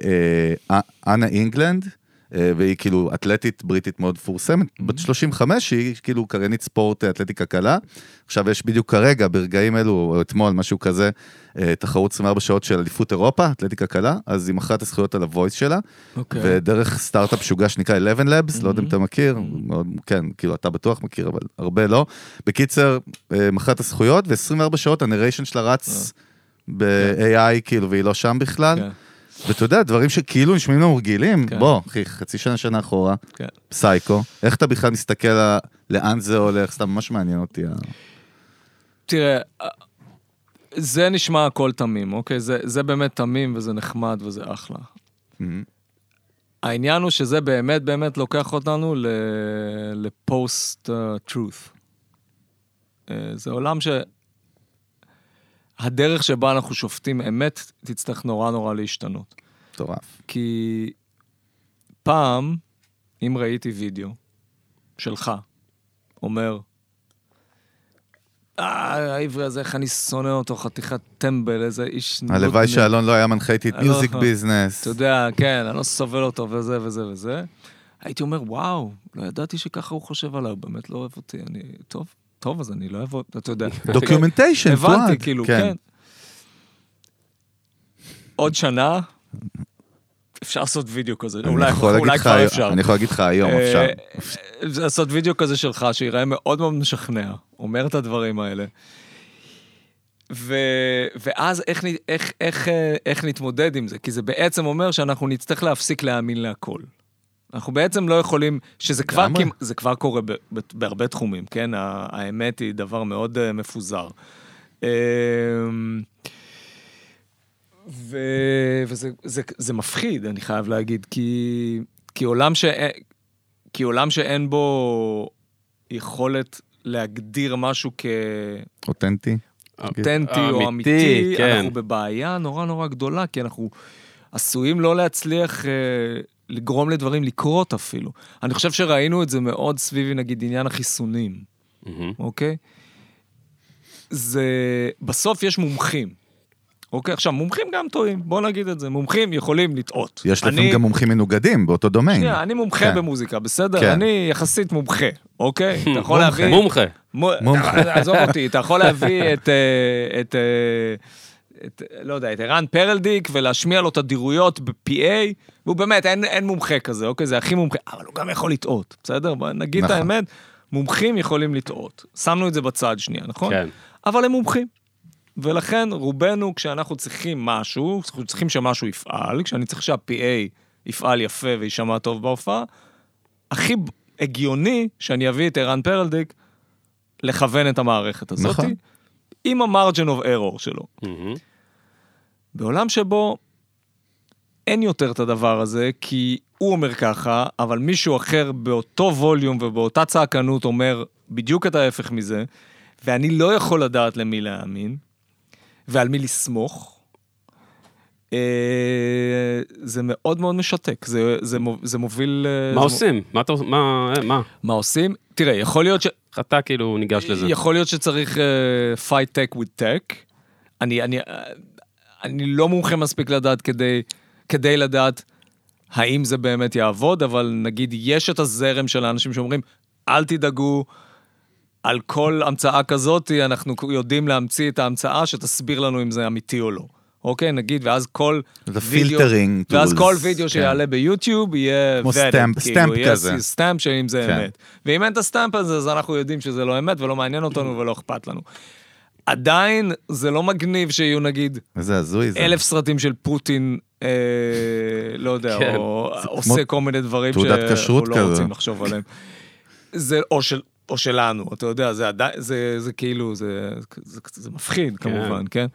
אנה אינגלנד, והיא כאילו אתלטית בריטית מאוד פורסמת, בת 35, שהיא כאילו קרנית ספורט אתלטיקה קלה. עכשיו יש בדיוק כרגע, ברגעים אלו, או אתמול, משהו כזה, תחרות 24 שעות של אליפות אירופה, אתלטיקה קלה, אז היא מכרה את הזכויות על הוויס שלה, ודרך סטארט-אפ שוגע שנקרא 11 Labs, לא יודע אם אתה מכיר, כן, כאילו אתה בטוח מכיר, אבל הרבה לא. בקיצר, מכרה את הזכויות, ו-24 שעות הנריישן שלה רץ ב-AI, כאילו, והיא לא שם בכלל. ואתה יודע, דברים שכאילו נשמעים לנו רגילים, בוא, אחי, חצי שנה אחורה, פסייקו, איך אתה בכלל מסתכל לאן זה הולך, סתם ממש מעניין אותי. תראה, זה נשמע הכל תמים, אוקיי? זה באמת תמים וזה נחמד וזה אחלה. העניין הוא שזה באמת לוקח אותנו לפוסט-טרות. זה עולם הדרך שבה אנחנו שופטים אמת תצטרך נורא להשתנות. טורף. כי פעם, אם ראיתי וידאו שלך, אומר, העברי הזה, איך אני שונא אותו, חתיכת טמבל, איזה איש... הלוואי שאלון לא היה מנחה איתי את מיוזיק ביזנס. אתה יודע, כן, אני לא סובל אותו וזה וזה וזה. הייתי אומר, וואו, לא ידעתי שככה הוא חושב עליו, באמת לא אוהב אותי, אני... טוב, אז אני לא אוהב, אתה יודע. דוקומנטיישן, הבנתי, כאילו, כן. עוד שנה, אפשר לעשות וידאו כזה, אולי כבר אפשר. אני יכול להגיד לך היום, אפשר. לעשות וידאו כזה שלך, שיראה מאוד מאוד משכנע, אומר את הדברים האלה. ואז איך נתמודד עם זה? כי זה בעצם אומר שאנחנו נצטרך להפסיק להאמין להכל. אנחנו בעצם לא יכולים, זה כבר קורה בהרבה תחומים, כן? האמת היא דבר מאוד מפוזר. וזה מפחיד, אני חייב להגיד, כי עולם שאין בו יכולת להגדיר משהו אותנטי. אותנטי או אמיתי, אנחנו בבעיה נורא נורא גדולה, כי אנחנו עשויים לא להצליח לגרום לדברים לקרות אפילו. אני חושב שראינו את זה מאוד סביבי, נגיד, עניין החיסונים. אוקיי? בסוף יש מומחים. אוקיי, עכשיו, מומחים גם טועים, בוא נגיד את זה, מומחים יכולים לטעות. יש לפעמים גם מומחים מנוגדים באותו דומיין. שנייה, אני מומחה במוזיקה, בסדר? אני יחסית מומחה, אוקיי? אתה יכול להביא... מומחה. עזוב אותי, אתה יכול להביא לא יודע, את ערן פרלדיק, ולהשמיע לו את הדירויות ב-PA, והוא באמת, אין מומחה כזה, אוקיי? זה הכי מומחה, אבל הוא גם יכול לטעות, בסדר? נגיד את האמת, מומחים יכולים לטעות. שמנו את זה בצד שנייה, נכון? כן. אבל הם מומחים. ולכן רובנו, כשאנחנו צריכים משהו, אנחנו צריכים שמשהו יפעל, כשאני צריך שה-PA יפעל יפה וישמע טוב בהופעה, הכי הגיוני שאני אביא את ערן פרלדיק לכוון את המערכת הזאת, נכון. עם ה-margin of error שלו. בעולם שבו אין יותר את הדבר הזה, כי הוא אומר ככה, אבל מישהו אחר באותו ווליום ובאותה צעקנות אומר בדיוק את ההפך מזה, ואני לא יכול לדעת למי להאמין, ועל מי לסמוך, זה מאוד מאוד משתק, זה מוביל... מה עושים? מה עושים? תראה, יכול להיות אתה כאילו ניגש לזה. יכול להיות שצריך fight tech with tech, אני לא מומחה מספיק לדעת כדי לדעת האם זה באמת יעבוד, אבל נגיד יש את הזרם של האנשים שאומרים, אל תדאגו, על כל המצאה כזאת, אנחנו יודעים להמציא את ההמצאה שתסביר לנו אם זה אמיתי או לא. אוקיי, נגיד, ואז כל וידאו שיעלה ביוטיוב יהיה סטמפ כזה. סטמפ שאם זה אמת. ואם אין את הסטמפ הזה, אז אנחנו יודעים שזה לא אמת, ולא מעניין אותנו ולא אכפת לנו. עדיין זה לא מגניב שיהיו נגיד 1,000 סרטים של פוטין, לא יודע, או עושה כל מיני דברים שאנחנו לא רוצים לחשוב עליהם. זה או שלנו, אתה יודע, זה כאילו, זה מפחיד כמובן, כן?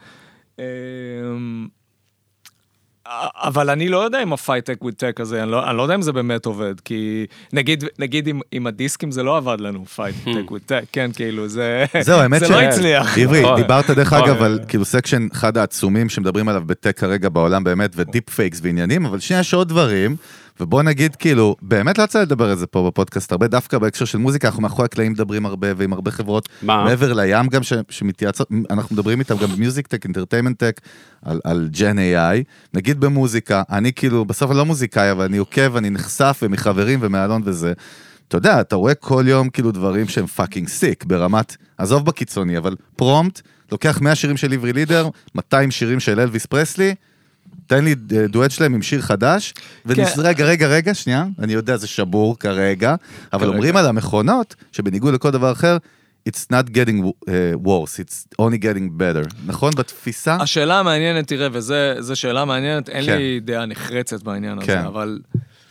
אבל אני לא יודע אם ה-Fight Tech with Tech הזה, אני לא יודע אם זה באמת עובד, כי נגיד עם הדיסקים זה לא עבד לנו, Fight Tech with Tech, כן, כאילו, זה לא הצליח. עברי, דיברת דרך אגב על כאילו סקשן אחד העצומים שמדברים עליו בטק כרגע בעולם באמת, ודיפ פייקס ועניינים, אבל שנייה יש עוד דברים, ובוא נגיד כאילו, באמת לא רוצה לדבר על זה פה בפודקאסט הרבה, דווקא בהקשר של מוזיקה, אנחנו מאחורי הקלעים מדברים הרבה, ועם הרבה חברות מעבר לים גם שמתייעצות, אנחנו מדברים איתם גם מיוזיק טק, אינטרטיימנט טק, על ג'ן AI, נגיד במוזיקה, אני כאילו, בסוף לא מוזיקאי, אבל אני עוקב, אני נחשף ומחברים ומעלון וזה, אתה יודע, אתה רואה כל יום כאילו דברים שהם פאקינג סיק, ברמת, עזוב בקיצוני, אבל פרומפט, לוקח 100 שירים של עברי לידר, 200 שירים של אלוויס פרסלי, תן לי דואט שלהם עם שיר חדש, רגע, שנייה, אני יודע, זה שבור כרגע, אבל אומרים על המכונות, שבניגוד לכל דבר אחר, it's not getting worse, it's only getting better. נכון? בתפיסה? השאלה המעניינת, תראה, וזו שאלה מעניינת, אין לי דעה נחרצת בעניין הזה, אבל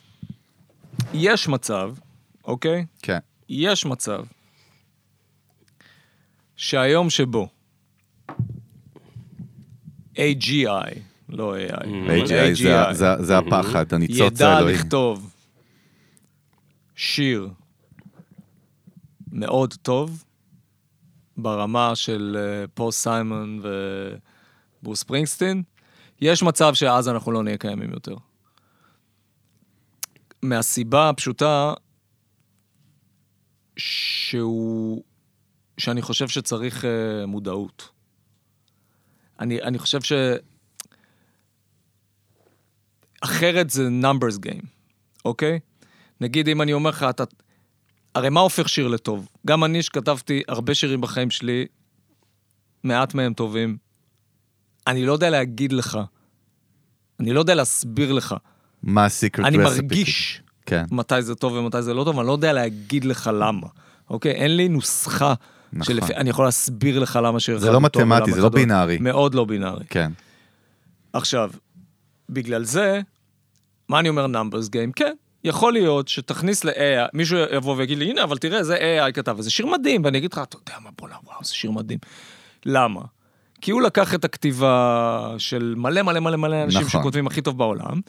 יש מצב, אוקיי? כן. יש מצב, שהיום שבו, AGI, לא AI. AGI זה הפחד, הניצוץ האלוהים. ידע לכתוב שיר מאוד טוב, ברמה של פול סיימון וברוס ספרינגסטין, יש מצב שאז אנחנו לא נהיה קיימים יותר. מהסיבה הפשוטה, שאני חושב שצריך מודעות. אני חושב אחרת זה numbers game, אוקיי? נגיד אם אני אומר לך, הרי מה הופך שיר לטוב? גם אני שכתבתי הרבה שירים בחיים שלי, מעט מהם טובים, אני לא יודע להגיד לך, אני לא יודע להסביר לך. מה ה-secret recipe? אני מרגיש מתי זה טוב ומתי זה לא טוב, אני לא יודע להגיד לך למה, אוקיי? אין לי נוסחה אני יכול להסביר לך למה שיר אחד זה לא מתמטי, זה לא בינארי. מאוד לא בינארי. כן. עכשיו, בגלל זה, מה אני אומר numbers game? כן, יכול להיות שתכניס ל-AI, מישהו יבוא ויגיד לי, הנה, אבל תראה, זה AI כתב, וזה שיר מדהים, ואני אגיד לך, אתה יודע מה, בוא, וואו, זה שיר מדהים. למה? כי הוא לקח את הכתיבה של מלא אנשים שכותבים הכי טוב בעולם,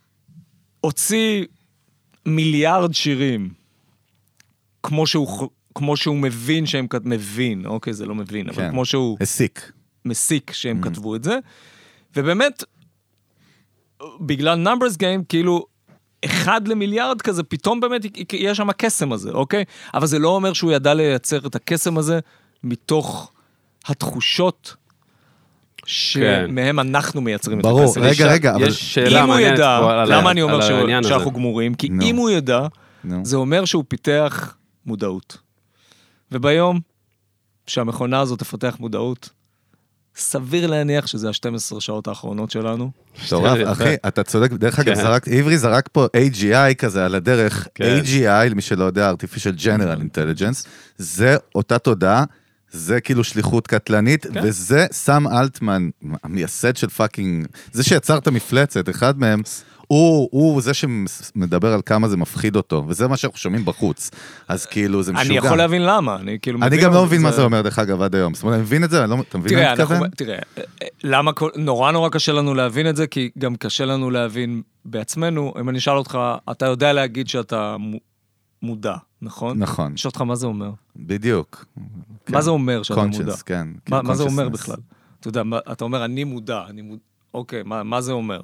הוציא מיליארד שירים, כמו שהוא כמו שהוא מבין שהם מבין, אוקיי, זה לא מבין, אבל כמו שהוא מסיק שהם כתבו את זה, ובאמת, בגלל numbers game, כאילו, 1 למיליארד כזה, פתאום באמת יש שם הקסם הזה, אוקיי? אבל זה לא אומר שהוא ידע לייצר את הקסם הזה, מתוך התחושות שמהם אנחנו מייצרים את הקסם. ברור, רגע, אבל... יש שאלה מעניינת פה על העניין הזה. למה אני אומר שאנחנו גמורים? כי אם הוא ידע, זה אומר שהוא פיתח מודעות. וביום שהמכונה הזאת תפתח מודעות, סביר להניח שזה ה-12 שעות האחרונות שלנו. טוב, אחי, אתה צודק, דרך אגב, עברי זרק פה AGI כזה על הדרך, AGI, למי שלא יודע, Artificial General Intelligence, זה אותה תודעה, זה כאילו שליחות קטלנית, וזה סם אלטמן, המייסד של פאקינג, זה שיצר את המפלצת, אחד מהם, הוא זה שמדבר על כמה זה מפחיד אותו, וזה מה שאנחנו שומעים בחוץ. אז כאילו זה משוגע. אני יכול להבין למה. אני גם לא מבין מה זה אומר, דרך אגב, עד היום. זאת אומרת, אני מבין את זה? אתה מבין מה אני מתכוון? תראה, למה נורא קשה לנו להבין את זה, כי גם קשה לנו להבין בעצמנו. אם אני אשאל אותך, אתה יודע להגיד שאתה מודע, נכון? נכון. אשאל אותך מה זה אומר? בדיוק. מה זה אומר שאתה מודע? כן. מה זה אומר בכלל? אתה יודע, אתה אומר, אני מודע. אוקיי, מה זה אומר?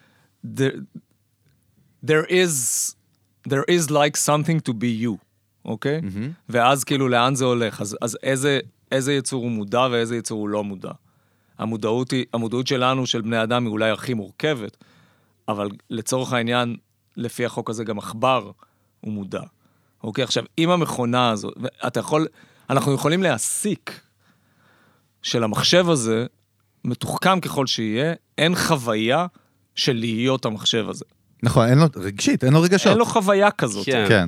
There is like something to be you, אוקיי? ואז כאילו לאן זה הולך? אז איזה יצור הוא מודע ואיזה יצור הוא לא מודע? המודעות שלנו, של בני אדם, היא אולי הכי מורכבת, אבל לצורך העניין, לפי החוק הזה גם עכבר הוא מודע. אוקיי? עכשיו, עם המכונה הזו, אנחנו יכולים להסיק של המחשב הזה, מתוחכם ככל שיהיה, אין חוויה של להיות המחשב הזה. נכון, אין לו רגשית, אין לו רגשות. אין לו חוויה כזאת. כן.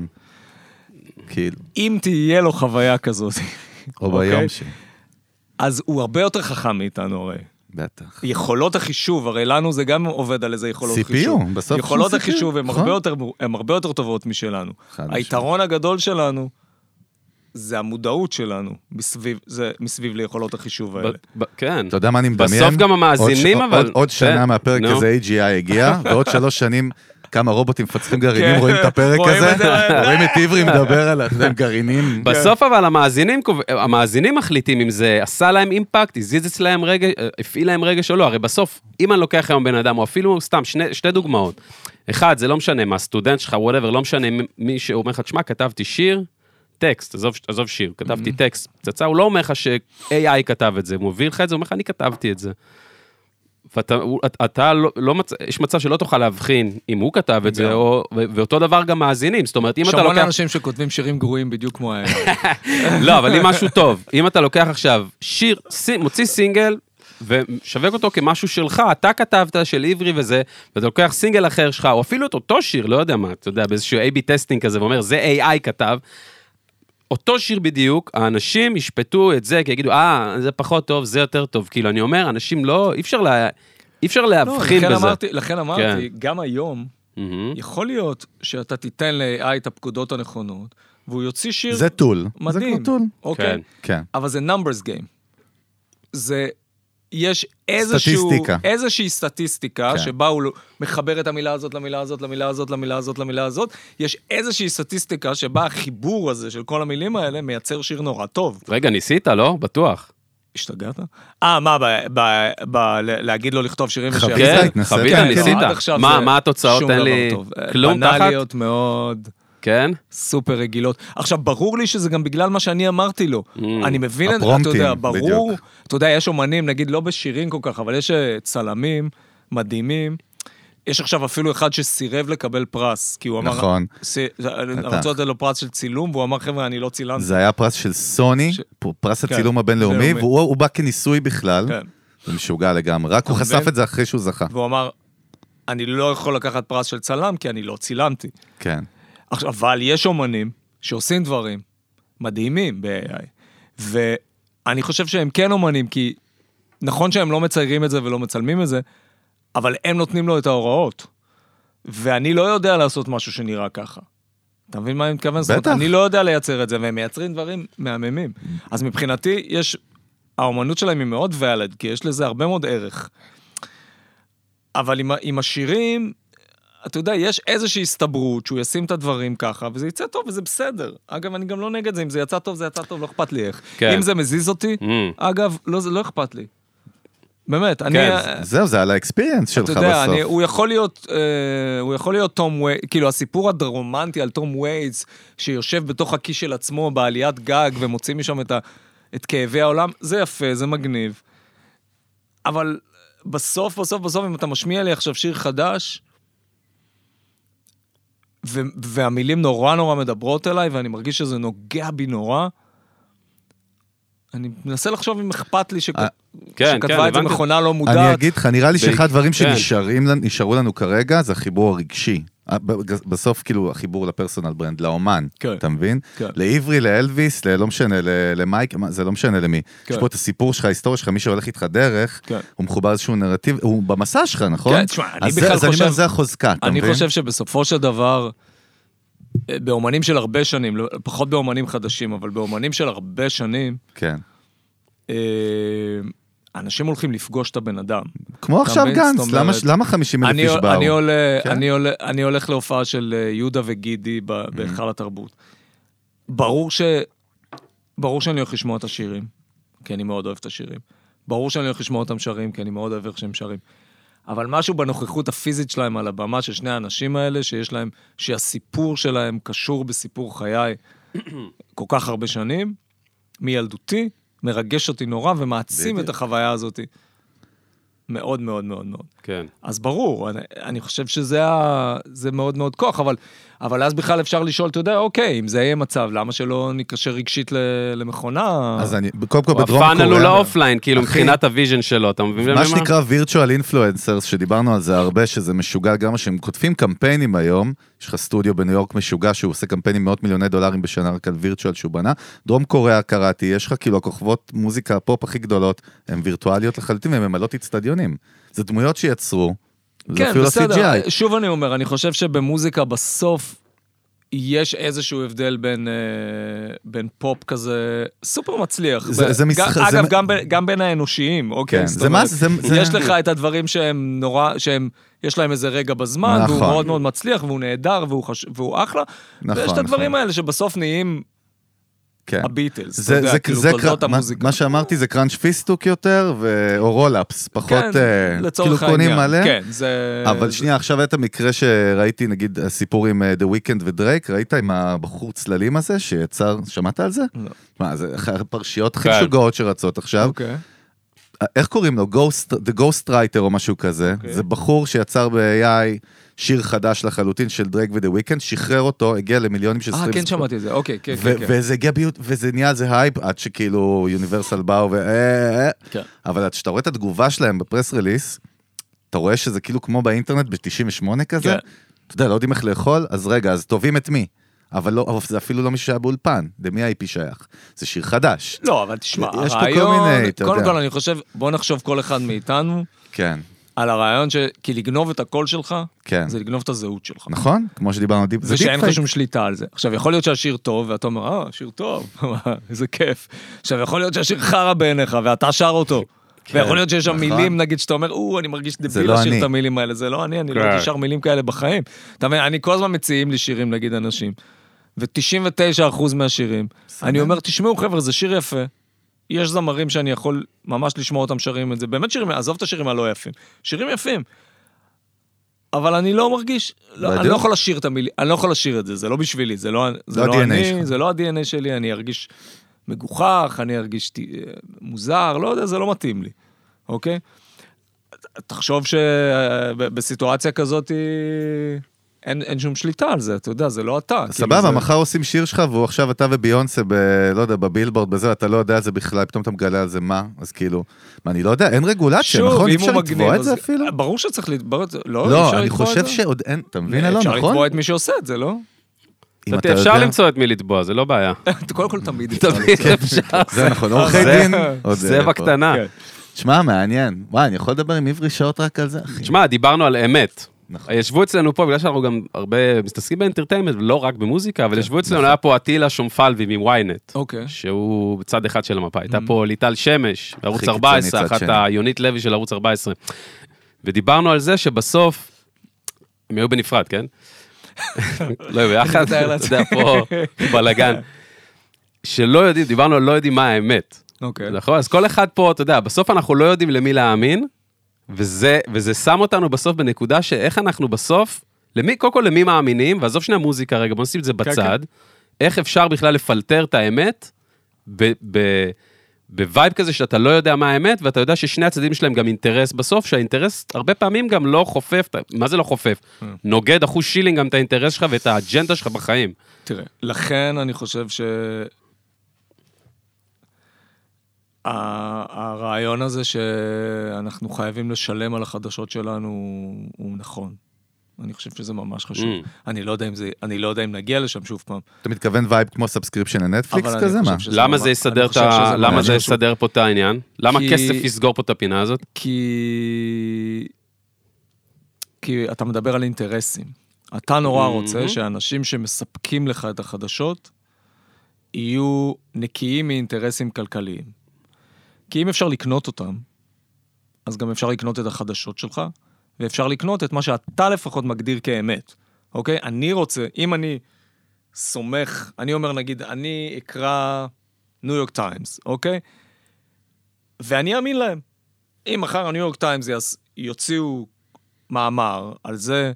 אם תהיה לו חוויה כזאת. או ביום ש... אז הוא הרבה יותר חכם מאיתנו הרי. בטח. יכולות החישוב, הרי לנו זה גם עובד על איזה יכולות חישוב. CPU, בסוף יכולות החישוב הן הרבה יותר טובות משלנו. היתרון הגדול שלנו, זה המודעות שלנו, מסביב ליכולות החישוב האלה. כן. אתה יודע מה אני מדמיין? בסוף גם המאזינים, אבל... עוד שנה מהפרק הזה AGI הגיע, ועוד 3 שנים כמה רובוטים מפצחים גרעינים, רואים את הפרק הזה, רואים את עברי מדבר על גרעינים. בסוף אבל המאזינים מחליטים אם זה עשה להם אימפקט, הזיז אצלהם רגש, הפעיל להם רגש או לא, הרי בסוף, אם אני לוקח היום בן אדם, או אפילו סתם 2 דוגמאות, אחד, זה לא משנה מה, סטודנט שלך, whatever, לא משנה מי שאומר לך, תשמע, כתבתי שיר, טקסט, עזוב שיר, כתבתי טקסט, פצצה, הוא לא אומר לך ש-AI כתב את זה, הוא מוביל לך את זה, הוא אומר לך, אני כתבתי את זה. ואתה לא יש מצב שלא תוכל להבחין אם הוא כתב את זה, ואותו דבר גם מאזינים, זאת אומרת, אם אתה לוקח... שמונה אנשים שכותבים שירים גרועים בדיוק כמו האלה. לא, אבל אם משהו טוב, אם אתה לוקח עכשיו שיר, מוציא סינגל, ושווק אותו כמשהו שלך, אתה כתבת של עברי וזה, ואתה לוקח סינגל אחר שלך, או אפילו את אותו שיר, לא יודע מה, אתה יודע, באיזשהו A-B טסטינג כזה, ואומר, זה AI כתב, אותו שיר בדיוק, האנשים ישפטו את זה, כי יגידו, זה פחות טוב, זה יותר טוב. כאילו, אני אומר, אנשים לא, אי אפשר להבחין בזה. לכן אמרתי, גם היום, יכול להיות שאתה תיתן ל-AI את הפקודות הנכונות, והוא יוציא שיר מדהים. זה טול. זה כמו טול. אוקיי? כן. אבל זה numbers game. יש איזושהי סטטיסטיקה, שבה הוא מחבר את המילה הזאת למילה הזאת, למילה הזאת, למילה הזאת, למילה הזאת. יש איזושהי סטטיסטיקה שבה החיבור הזה של כל המילים האלה מייצר שיר נורא טוב. רגע, ניסית, לא? בטוח. השתגעת? מה, להגיד לו לכתוב שירים ושירים? כן, חבית, ניסית. מה התוצאות? אין לי כלום תחת? בנאליות מאוד... כן? סופר רגילות. עכשיו, ברור לי שזה גם בגלל מה שאני אמרתי לו. אני מבין את זה, אתה יודע, ברור, אתה יודע, יש אומנים, נגיד לא בשירים כל כך, אבל יש צלמים מדהימים. יש עכשיו אפילו אחד שסירב לקבל פרס, כי הוא אמר... נכון. רצו לתת לו פרס של צילום, והוא אמר, חבר'ה, אני לא צילמתי. זה היה פרס של סוני, פרס הצילום הבינלאומי, והוא בא כניסוי בכלל. זה משוגע לגמרי. רק הוא חשף את זה אחרי שהוא זכה. והוא אמר, אני לא יכול לקחת פרס של צלם, כי אני לא צילמתי. כן. עכשיו, אבל יש אומנים שעושים דברים מדהימים ב-AI, ואני חושב שהם כן אומנים, כי נכון שהם לא מציירים את זה ולא מצלמים את זה, אבל הם נותנים לו את ההוראות, ואני לא יודע לעשות משהו שנראה ככה. אתה מבין מה אני מתכוון? בטח. אני לא יודע לייצר את זה, והם מייצרים דברים מהממים. אז מבחינתי, האומנות שלהם היא מאוד valid, כי יש לזה הרבה מאוד ערך. אבל עם השירים... אתה יודע, יש איזושהי הסתברות שהוא ישים את הדברים ככה, וזה יצא טוב וזה בסדר. אגב, אני גם לא נגד זה, אם זה יצא טוב, זה יצא טוב, לא אכפת לי איך. אם זה מזיז אותי, אגב, לא אכפת לי. באמת, אני... זהו, זה על האקספיריאנס שלך בסוף. אתה יודע, הוא יכול להיות תום וייטס, כאילו הסיפור הדרומנטי על תום וייטס, שיושב בתוך הכיס של עצמו בעליית גג, ומוציא משם את כאבי העולם, זה יפה, זה מגניב. אבל בסוף, אם אתה משמיע לי עכשיו שיר חדש, והמילים נורא מדברות אליי, ואני מרגיש שזה נוגע בי נורא, אני מנסה לחשוב אם אכפת לי שכתבה את זה מכונה לא מודעת. אני אגיד לך, נראה לי שאחד הדברים שנשארו לנו כרגע, זה החיבור הרגשי. בסוף כאילו החיבור לפרסונל ברנד, לאומן, אתה מבין? לעברי, לאלוויס, לא משנה, למייק, זה לא משנה למי. יש פה את הסיפור שלך, ההיסטוריה שלך, מי שהולך איתך דרך, הוא מחובר איזשהו נרטיב, הוא במסע שלך, נכון? כן, תשמע, אני בכלל חושב... אז אני אומר, זה החוזקה, אתה מבין? אני חושב שבסופו של דבר, באומנים של הרבה שנים, פחות באומנים חדשים, אבל באומנים של הרבה שנים, כן. אנשים הולכים לפגוש את הבן אדם. כמו עכשיו גנץ, למה 50,000 איש באו? אני הולך להופעה של יהודה וגידי בהיכל התרבות. ברור שאני הולך לשמוע את השירים, כי אני מאוד אוהב את השירים. ברור שאני הולך לשמוע אותם שרים, כי אני מאוד אוהב איך שהם שרים. אבל משהו בנוכחות הפיזית שלהם על הבמה של שני האנשים האלה, שהסיפור שלהם קשור בסיפור חיי כל כך הרבה שנים, מילדותי, מרגש אותי נורא ומעצים את החוויה הזאת. מאוד מאוד מאוד מאוד. כן. אז ברור, אני חושב שזה מאוד מאוד כוח, אבל אז בכלל אפשר לשאול, אתה יודע, אוקיי, אם זה יהיה מצב, למה שלא ניקשר רגשית למכונה? אז אני, קודם כל בדרום קוריאה... הפאנל הוא לאופליין, כאילו מבחינת הוויז'ן שלו, אתה מבין? מה שנקרא virtual influencers, שדיברנו על זה הרבה, שזה משוגע גם שהם כותבים קמפיינים היום, יש לך סטודיו בניו יורק משוגע, שהוא עושה קמפיינים $100 מיליון בשנה רק על וירטואל שהוא בנה, דרום קוריאה קראתי, יש לך כאילו הכוכבות מוזיקה הפופ הכי גדולות, הן וירטואליות לחלוטין, והן ממלאות אצטדיונים. זה דמויות שיצרו, כן, בסדר, שוב אני אומר, אני חושב שבמוזיקה בסוף יש איזשהו הבדל בין פופ כזה סופר מצליח. אגב, גם בין האנושיים, אוקיי? יש לך את הדברים שהם נורא, יש להם איזה רגע בזמן, והוא מאוד מאוד מצליח, והוא נהדר, והוא אחלה, ויש את הדברים האלה שבסוף נהיים הביטלס, אתה יודע, כאילו תולדות המוזיקה. מה שאמרתי זה קראנץ' פיסטוק יותר, או רולאפס, פחות, כאילו קונים מלא. כן, זה... אבל שנייה, עכשיו את המקרה שראיתי, נגיד, הסיפור עם The Weeknd ודרייק, ראית עם הבחור צללים הזה, שיצר, שמעת על זה? לא. מה, זה פרשיות הכי משוגעות שרצות עכשיו. אוקיי. איך קוראים לו? The Ghost Writer או משהו כזה. זה בחור שיצר ב-AI שיר חדש לחלוטין של דרייק ודה וויקנד, שחרר אותו, הגיע למיליונים של סטרימס. כן, שמעתי את זה, אוקיי, כן. וזה הגיע וזה נהיה זה הייפ, עד שכאילו יוניברסל באו אבל כשאתה רואה את התגובה שלהם בפרס ריליס, אתה רואה שזה כאילו כמו באינטרנט ב-98 כזה, אתה יודע, לא יודעים איך לאכול, אז רגע, אז טובים את מי? אבל זה אפילו לא מישהו שהיה באולפן, למי ה-IP שייך? זה שיר חדש. לא, אבל תשמע, הרעיון, קודם כל אני חושב, בוא נחשוב כל אחד מאיתנו, כן. על הרעיון כי לגנוב את הקול שלך, זה לגנוב את הזהות שלך. נכון, כמו שדיברנו, זה ושאין לך שום שליטה על זה. עכשיו, יכול להיות שהשיר טוב, ואתה אומר, שיר טוב, איזה כיף. עכשיו, יכול להיות שהשיר חרא בעיניך, ואתה שר אותו. ויכול להיות שיש שם מילים, נגיד, שאתה אומר, אני מרגיש דביל לשיר את המילים האלה, זה לא אני לא תשאר מילים כאלה בחיים. אתה מבין, אני כל הזמן מציעים לי שירים, נגיד, אנשים. ו-99% מהשירים, אני אומר, תשמעו חבר'ה, זה שיר יפה. יש זמרים שאני יכול ממש לשמוע אותם שרים את זה. באמת שירים, עזוב את השירים הלא יפים. שירים יפים. אבל אני לא מרגיש, אני לא יכול לשיר את המילים, אני לא יכול לשיר את זה, זה לא בשבילי, זה לא אני, זה לא ה-DNA שלי, אני ארגיש מגוחך, אני ארגיש מוזר, לא יודע, זה לא מתאים לי. אוקיי? תחשוב שבסיטואציה כזאת אין שום שליטה על זה, אתה יודע, זה לא אתה. סבבה, מחר עושים שיר שלך, והוא עכשיו אתה וביונסה, לא יודע, בבילבורד, בזה, אתה לא יודע על זה בכלל, פתאום אתה מגלה על זה מה, אז כאילו, אני לא יודע, אין רגולציה, נכון? אי אפשר לתבוע את זה אפילו? ברור שצריך לתבוע את זה, לא, אני חושב שעוד אין, אתה מבין, לא, נכון? אפשר לתבוע את מי שעושה את זה, לא? אפשר למצוא את מי לתבוע, זה לא בעיה. קודם כל תמיד אפשר. זה נכון, עורכי דין. זה בקטנה. תשמע, מעניין. וואי, אני יכול לדבר עם עברי שעות רק על זה, אחי. תשמע, דיברנו על אמת. ישבו אצלנו פה, בגלל שאנחנו גם הרבה מסתסקים באנטרטיימנט, ולא רק במוזיקה, אבל ישבו אצלנו, היה פה אטילה שומפלבי מוויינט, שהוא בצד אחד של המפה. הייתה פה ליטל שמש, בערוץ 14, אחת היונית לוי של ערוץ 14. ודיברנו על זה שבסוף, הם היו בנפרד, כן? לא, ביחד, אתה יודע, פה בלגן. שלא יודעים, דיברנו על לא יודעים מה האמת. אוקיי. נכון? אז כל אחד פה, אתה יודע, בסוף אנחנו לא יודעים למי להאמין, וזה שם אותנו בסוף בנקודה שאיך אנחנו בסוף, קודם כל למי מאמינים, ועזוב שני המוזיקה רגע, בוא נשים את זה בצד, איך אפשר בכלל לפלטר את האמת, בווייב כזה שאתה לא יודע מה האמת, ואתה יודע ששני הצדדים שלהם גם אינטרס בסוף, שהאינטרס הרבה פעמים גם לא חופף, מה זה לא חופף? נוגד אחוז שילינג גם את האינטרס שלך ואת האג'נדה שלך בחיים. תראה, לכן אני חושב הרעיון הזה שאנחנו חייבים לשלם על החדשות שלנו הוא נכון. אני חושב שזה ממש חשוב. אני לא יודע אם נגיע לשם שוב פעם. אתה מתכוון וייב כמו סאבסקריפשן לנטפליקס כזה? מה? למה זה יסדר פה את העניין? למה כסף יסגור פה את הפינה הזאת? כי אתה מדבר על אינטרסים. אתה נורא רוצה שאנשים שמספקים לך את החדשות יהיו נקיים מאינטרסים כלכליים. כי אם אפשר לקנות אותם, אז גם אפשר לקנות את החדשות שלך, ואפשר לקנות את מה שאתה לפחות מגדיר כאמת. אוקיי? אני רוצה, אם אני סומך, אני אומר נגיד, אני אקרא ניו יורק טיימס, אוקיי? ואני אאמין להם. אם מחר הניו יורק טיימס יוציאו מאמר על זה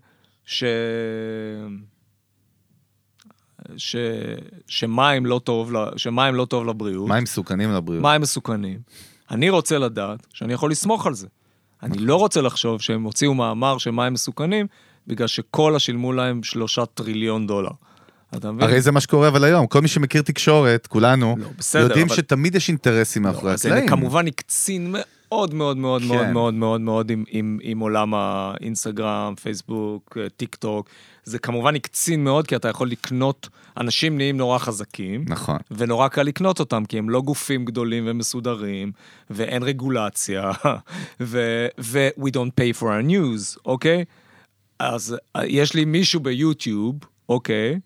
שמים לא טוב לבריאות. מים מסוכנים לבריאות. מים מסוכנים. אני רוצה לדעת שאני יכול לסמוך על זה. אני לא רוצה לחשוב שהם הוציאו מאמר שמים מסוכנים, בגלל שכל השילמו להם $3 טריליון. אתה מבין? הרי זה מה שקורה אבל היום. כל מי שמכיר תקשורת, כולנו, יודעים שתמיד יש אינטרסים מאחורי הקלעים. זה כמובן הקצין מאוד מאוד מאוד מאוד מאוד מאוד מאוד עם עולם האינסטגרם, פייסבוק, טיק טוק. זה כמובן הקצין מאוד, כי אתה יכול לקנות, אנשים נהיים נורא חזקים. נכון. ונורא קל לקנות אותם, כי הם לא גופים גדולים ומסודרים, ואין רגולציה, we don't pay for our news, אוקיי? אז יש לי מישהו ביוטיוב, אוקיי?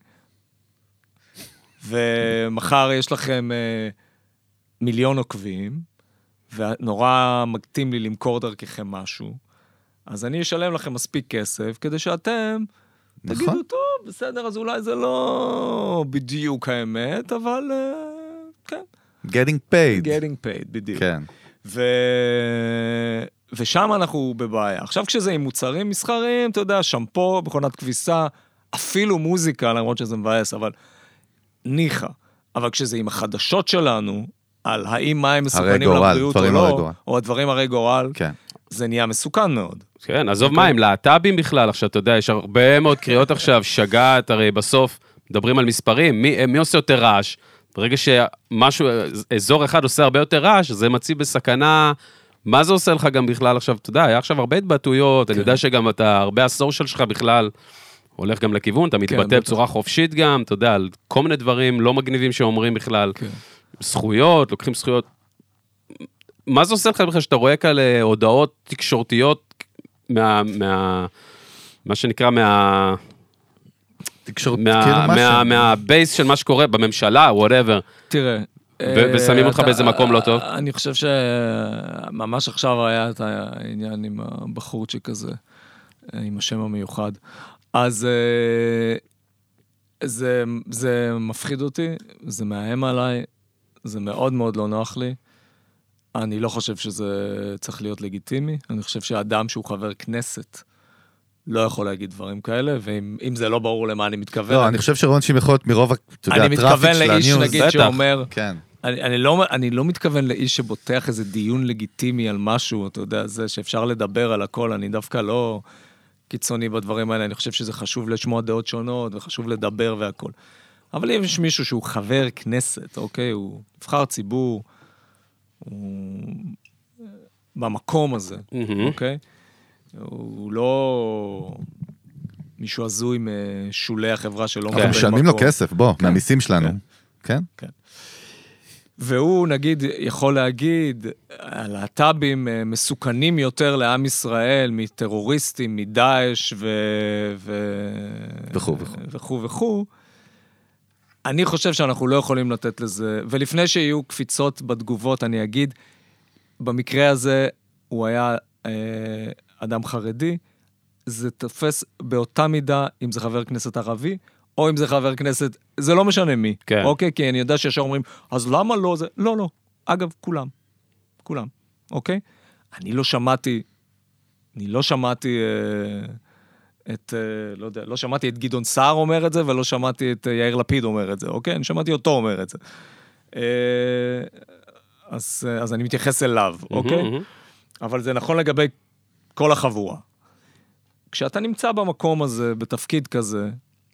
ומחר יש לכם 1,000,000 עוקבים, ונורא מקטים לי למכור דרככם משהו, אז אני אשלם לכם מספיק כסף, כדי שאתם תגידו, טוב, בסדר, אז אולי זה לא בדיוק האמת, אבל כן. Getting paid. Getting paid, בדיוק. כן. ושם אנחנו בבעיה. עכשיו כשזה עם מוצרים מסחריים, אתה יודע, שמפו, מכונת כביסה, אפילו מוזיקה, למרות שזה מבאס, אבל ניחה. אבל כשזה עם החדשות שלנו, על האם מים מסוכנים לבריאות או לא, או הדברים הרי גורל, זה נהיה מסוכן מאוד. כן, עזוב מים, להט"בים בכלל, עכשיו אתה יודע, יש הרבה מאוד קריאות עכשיו, שגעת, הרי בסוף מדברים על מספרים, מי עושה יותר רעש? ברגע שמשהו, אזור אחד עושה הרבה יותר רעש, זה מציב בסכנה, מה זה עושה לך גם בכלל עכשיו, אתה יודע, היה עכשיו הרבה התבטאויות, אני יודע שגם אתה, הרבה הסושיאל שלך בכלל, הולך גם לכיוון, אתה מתבטא בצורה חופשית גם, אתה יודע, על כל מיני דברים לא מגניבים שאומרים בכלל, זכויות, לוקחים זכויות, מה זה עושה לך בכלל שאתה רואה כאלה הודעות תקשורתיות מה שנקרא מהבייס של מה שקורה בממשלה, whatever. תראה. ושמים אותך באיזה מקום לא טוב. אני חושב שממש עכשיו היה את העניין עם הבחורצ'יק הזה, עם השם המיוחד. אז זה מפחיד אותי, זה מאיים עליי, זה מאוד מאוד לא נוח לי. אני לא חושב שזה צריך להיות לגיטימי. אני חושב שהאדם שהוא חבר כנסת לא יכול להגיד דברים כאלה, ואם זה לא ברור למה אני מתכוון... לא, אני חושב שרון שימחות מרוב, אתה יודע, הטראפיק של הניוז... אני מתכוון לאיש, נגיד, שאומר... כן. אני לא מתכוון לאיש שבוטח איזה דיון לגיטימי על משהו, אתה יודע, זה שאפשר לדבר על הכל, אני דווקא לא קיצוני בדברים האלה, אני חושב שזה חשוב לשמוע דעות שונות, וחשוב לדבר והכל. אבל אם יש מישהו שהוא חבר כנסת, אוקיי, הוא נבחר ציבור, הוא במקום הזה, אוקיי? הוא לא מישהו הזוי משולי החברה שלא... אנחנו משלמים לו כסף, בוא, מהמיסים שלנו. כן? כן. והוא, נגיד, יכול להגיד, הלהט"בים מסוכנים יותר לעם ישראל, מטרוריסטים, מדאעש וכו'. אני חושב שאנחנו לא יכולים לתת לזה, ולפני שיהיו קפיצות בתגובות, אני אגיד, במקרה הזה הוא היה אדם חרדי, זה תופס באותה מידה, אם זה חבר כנסת ערבי, או אם זה חבר כנסת, זה לא משנה מי. כן. אוקיי? כי אני יודע שישר אומרים, אז למה לא זה? לא, לא. אגב, כולם. כולם. אוקיי? אני לא שמעתי לא יודע, לא שמעתי את גדעון סער אומר את זה, ולא שמעתי את יאיר לפיד אומר את זה, אוקיי? אני שמעתי אותו אומר את זה. אז אני מתייחס אליו, אוקיי? אבל זה נכון לגבי כל החבורה. כשאתה נמצא במקום הזה, בתפקיד כזה,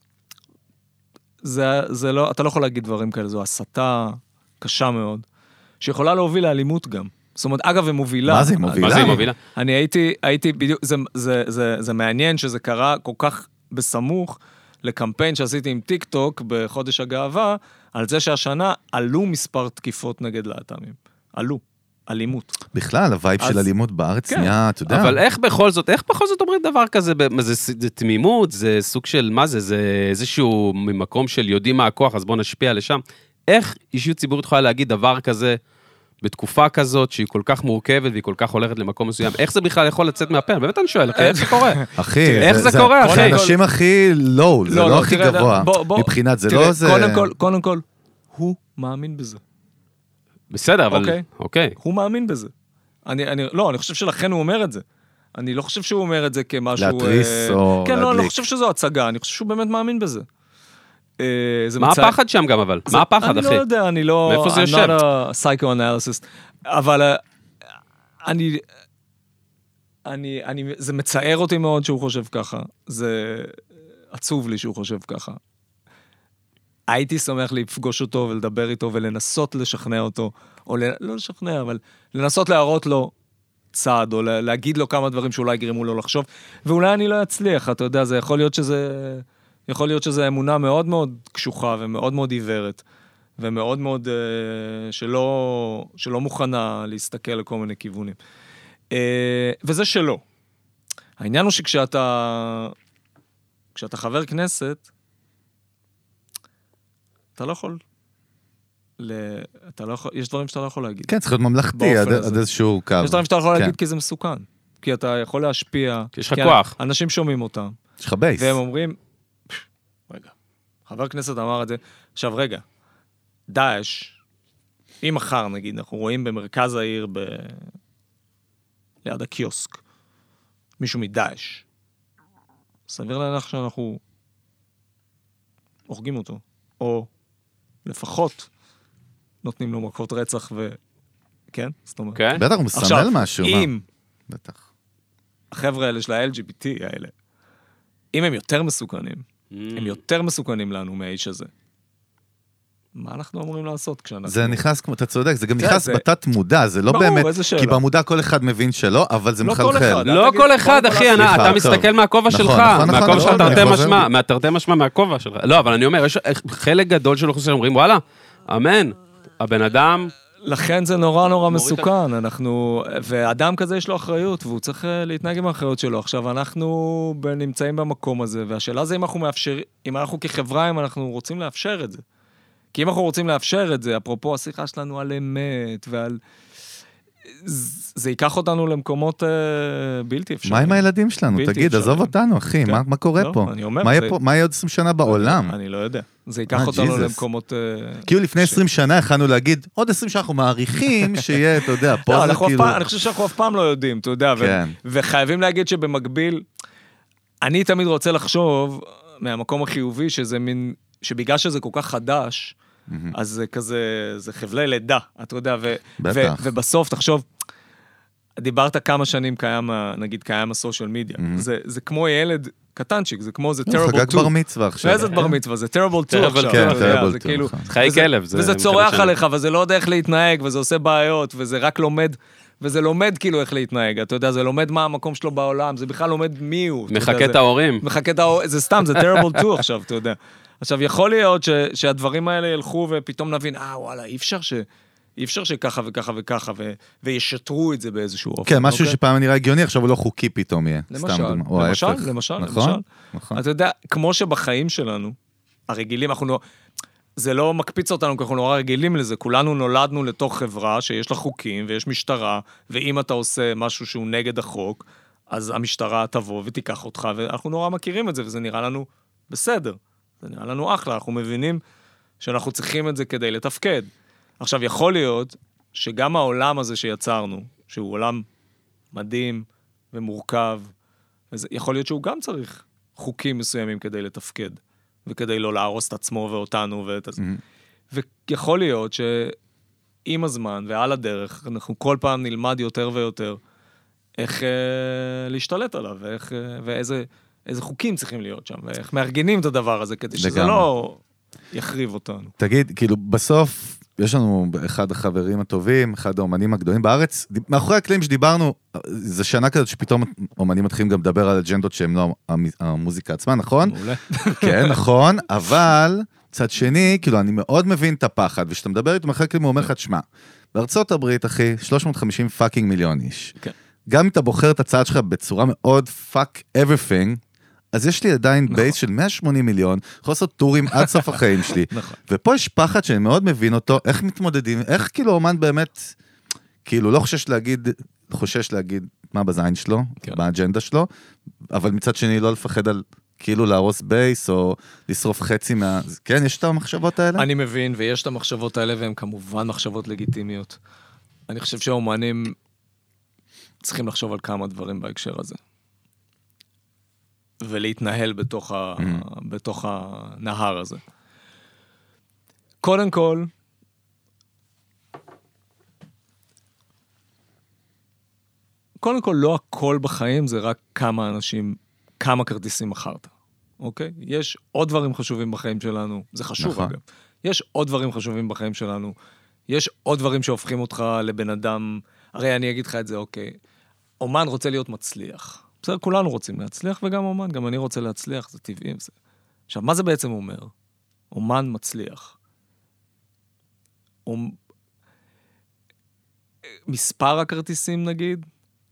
זה לא, אתה לא יכול להגיד דברים כאלה, זו הסתה קשה מאוד, שיכולה להוביל לאלימות גם. זאת אומרת, אגב, היא מובילה. מה זה מובילה? מה זה מובילה? אני הייתי בדיוק, זה מעניין שזה קרה כל כך בסמוך לקמפיין שעשיתי עם טיק טוק בחודש הגאווה, על זה שהשנה עלו מספר תקיפות נגד להט"בים. עלו. אלימות. בכלל, הווייב של אלימות בארץ נהיה, אתה יודע. אבל איך בכל זאת אומרים דבר כזה, זה תמימות, זה סוג של, מה זה, זה איזשהו ממקום של יודעים מה הכוח, אז בואו נשפיע לשם. איך אישיות ציבורית יכולה להגיד דבר כזה, בתקופה כזאת, שהיא כל כך מורכבת, והיא כל כך הולכת למקום מסוים, איך זה בכלל יכול לצאת מהפן? באמת אני שואל, איך זה קורה? אחי, איך זה קורה, אחי? זה האנשים הכי לואו, זה לא הכי גבוה. מבחינת זה לא זה... קודם כל, הוא מאמין בזה. בסדר, אבל... אוקיי. הוא מאמין בזה. לא, אני חושב שלכן הוא אומר את זה. אני לא חושב שהוא אומר את זה כמשהו... להתריס או כן, לא, אני להדליק. לא חושב שזו הצגה, אני חושב שהוא באמת מאמין בזה. מה הפחד שם גם אבל? מה הפחד, אחי? אני לא יודע, אני לא... מאיפה זה יושב? I'm not a psychoanalyst, אבל זה מצער אותי מאוד שהוא חושב ככה. זה עצוב לי שהוא חושב ככה. הייתי שמח לפגוש אותו ולדבר איתו ולנסות לשכנע אותו, או לא לשכנע, אבל לנסות להראות לו צעד, או להגיד לו כמה דברים שאולי יגרמו לו לחשוב, ואולי אני לא אצליח, אתה יודע, זה יכול להיות שזה אמונה מאוד מאוד קשוחה ומאוד מאוד עיוורת, ומאוד מאוד שלא מוכנה להסתכל לכל מיני כיוונים. וזה שלא. העניין הוא כשאתה חבר כנסת, אתה לא יכול, יש דברים שאתה לא יכול להגיד. כן, צריך להיות ממלכתי עד איזשהו קו. יש דברים שאתה לא יכול להגיד כי זה מסוכן. כי אתה יכול להשפיע. כי יש לך כוח. אנשים שומעים אותם. יש לך בייס. והם אומרים, רגע, חבר כנסת אמר את זה, עכשיו רגע, דאעש, אם מחר נגיד, אנחנו רואים במרכז העיר, ליד הקיוסק, מישהו מדאעש, סביר להניח שאנחנו הורגים אותו, או לפחות נותנים לו מכות רצח כן? זאת אומרת. כן? בטח, הוא מסמל משהו. אם בטח. החבר'ה האלה של ה-LGBT האלה, אם הם יותר מסוכנים, הם יותר מסוכנים לנו מהאיש הזה. מה אנחנו אמורים לעשות כשאנחנו... זה נכנס, כמו אתה צודק, זה גם נכנס בתת מודע, זה לא באמת, כי במודע כל אחד מבין שלא, אבל זה מחלחל. לא כל אחד, אחי, אתה מסתכל מהכובע שלך, מהכובע שלך, תרתי משמע מהכובע שלך. לא, אבל אני אומר, יש חלק גדול של אוכלוסייה שאומרים, וואלה, אמן, הבן אדם... לכן זה נורא נורא מסוכן, ואדם כזה יש לו אחריות, והוא צריך להתנהג עם האחריות שלו. עכשיו, אנחנו נמצאים במקום הזה, והשאלה זה אם אנחנו כחברה, אם אנחנו רוצים לאפשר את זה. כי אם אנחנו רוצים לאפשר את זה, אפרופו השיחה שלנו על אמת, זה ייקח אותנו למקומות בלתי אפשריים. מה עם הילדים שלנו? תגיד, עזוב אותנו, אחי, מה קורה פה? מה יהיה עוד 20 שנה בעולם? אני לא יודע. זה ייקח אותנו למקומות... כאילו לפני 20 שנה יכלנו להגיד, עוד 20 שנה אנחנו מעריכים שיהיה, אתה יודע, פה זה כאילו... אני חושב שאנחנו אף פעם לא יודעים, אתה יודע, וחייבים להגיד שבמקביל, אני תמיד רוצה לחשוב מהמקום החיובי, שזה מין... שבגלל שזה כל כך חדש, אז זה כזה, זה חבלי לידה, אתה יודע, ובסוף, תחשוב, דיברת כמה שנים קיים הסושיאל מדיה, זה כמו ילד קטנצ'יק, זה כמו, זה terrible 2. חגג בר מצווה עכשיו. איזה בר מצווה, זה terrible 2 עכשיו. כן, terrible 2. חיי כלב. וזה צורח עליך, וזה לא יודע איך להתנהג, וזה עושה בעיות, וזה רק לומד, וזה לומד כאילו איך להתנהג, אתה יודע, זה לומד מה המקום שלו בעולם, זה בכלל לומד מי הוא. מחכה את ההורים. מחכה את ההורים, זה סתם, זה terrible 2 עכשיו, אתה יודע. עכשיו, יכול להיות שהדברים האלה ילכו ופתאום נבין, וואלה, אי אפשר שככה וככה וככה, וישתרו את זה באיזשהו אופן. כן, משהו שפעם נראה הגיוני, עכשיו הוא לא חוקי פתאום יהיה. למשל. אתה יודע, כמו שבחיים שלנו, הרגילים, זה לא מקפיץ אותנו, כי אנחנו נורא רגילים לזה, כולנו נולדנו לתוך חברה שיש לה חוקים ויש משטרה, ואם אתה עושה משהו שהוא נגד החוק, אז המשטרה תבוא ותיקח אותך, ואנחנו נורא מכירים את זה, וזה נראה לנו בסדר. זה נראה לנו אחלה, אנחנו מבינים שאנחנו צריכים את זה כדי לתפקד. עכשיו, יכול להיות שגם העולם הזה שיצרנו, שהוא עולם מדהים ומורכב, יכול להיות שהוא גם צריך חוקים מסוימים כדי לתפקד, וכדי לא להרוס את עצמו ואותנו ואת זה. ויכול להיות שעם הזמן ועל הדרך, אנחנו כל פעם נלמד יותר ויותר איך להשתלט עליו, ואיזה חוקים צריכים להיות שם, ואיך מארגנים את הדבר הזה, כדי שזה לא יחריב אותנו. תגיד, כאילו, בסוף, יש לנו אחד החברים הטובים, אחד האומנים הגדולים בארץ, מאחורי הקלעים שדיברנו, זה שנה כזאת שפתאום אומנים מתחילים גם לדבר על אג'נדות שהם לא המוזיקה עצמה, נכון? מעולה. כן, נכון, אבל צד שני, כאילו, אני מאוד מבין את הפחד, ושאתה מדבר איתו מאחורי הקלעים, הוא אומר לך, תשמע, בארצות הברית, אחי, 350 פאקינג מיליון איש. כן. גם אם אתה בוחר את הצעד שלך בצורה מאוד fuck everything, אז יש לי עדיין בייס של 180 מיליון, יכול לעשות טורים עד סוף החיים שלי. ופה יש פחד שאני מאוד מבין אותו, איך מתמודדים, איך כאילו אומן באמת, כאילו לא חושש להגיד מה בזין שלו, באג'נדה שלו, אבל מצד שני לא לפחד על כאילו להרוס בייס, או לשרוף חצי מה... כן, יש את המחשבות האלה? אני מבין, ויש את המחשבות האלה, והן כמובן מחשבות לגיטימיות. אני חושב שהאומנים צריכים לחשוב על כמה דברים בהקשר הזה. ולהתנהל בתוך הנהר הזה. קודם כל, לא הכל בחיים זה רק כמה אנשים, כמה כרטיסים מכרת, אוקיי? יש עוד דברים חשובים בחיים שלנו, זה חשוב נכון. אגב. יש עוד דברים חשובים בחיים שלנו, יש עוד דברים שהופכים אותך לבן אדם, הרי אני אגיד לך את זה, אוקיי, אומן רוצה להיות מצליח. בסדר, כולנו רוצים להצליח, וגם אומן, גם אני רוצה להצליח, זה טבעי. זה. עכשיו, מה זה בעצם אומר? אומן מצליח. מספר הכרטיסים, נגיד,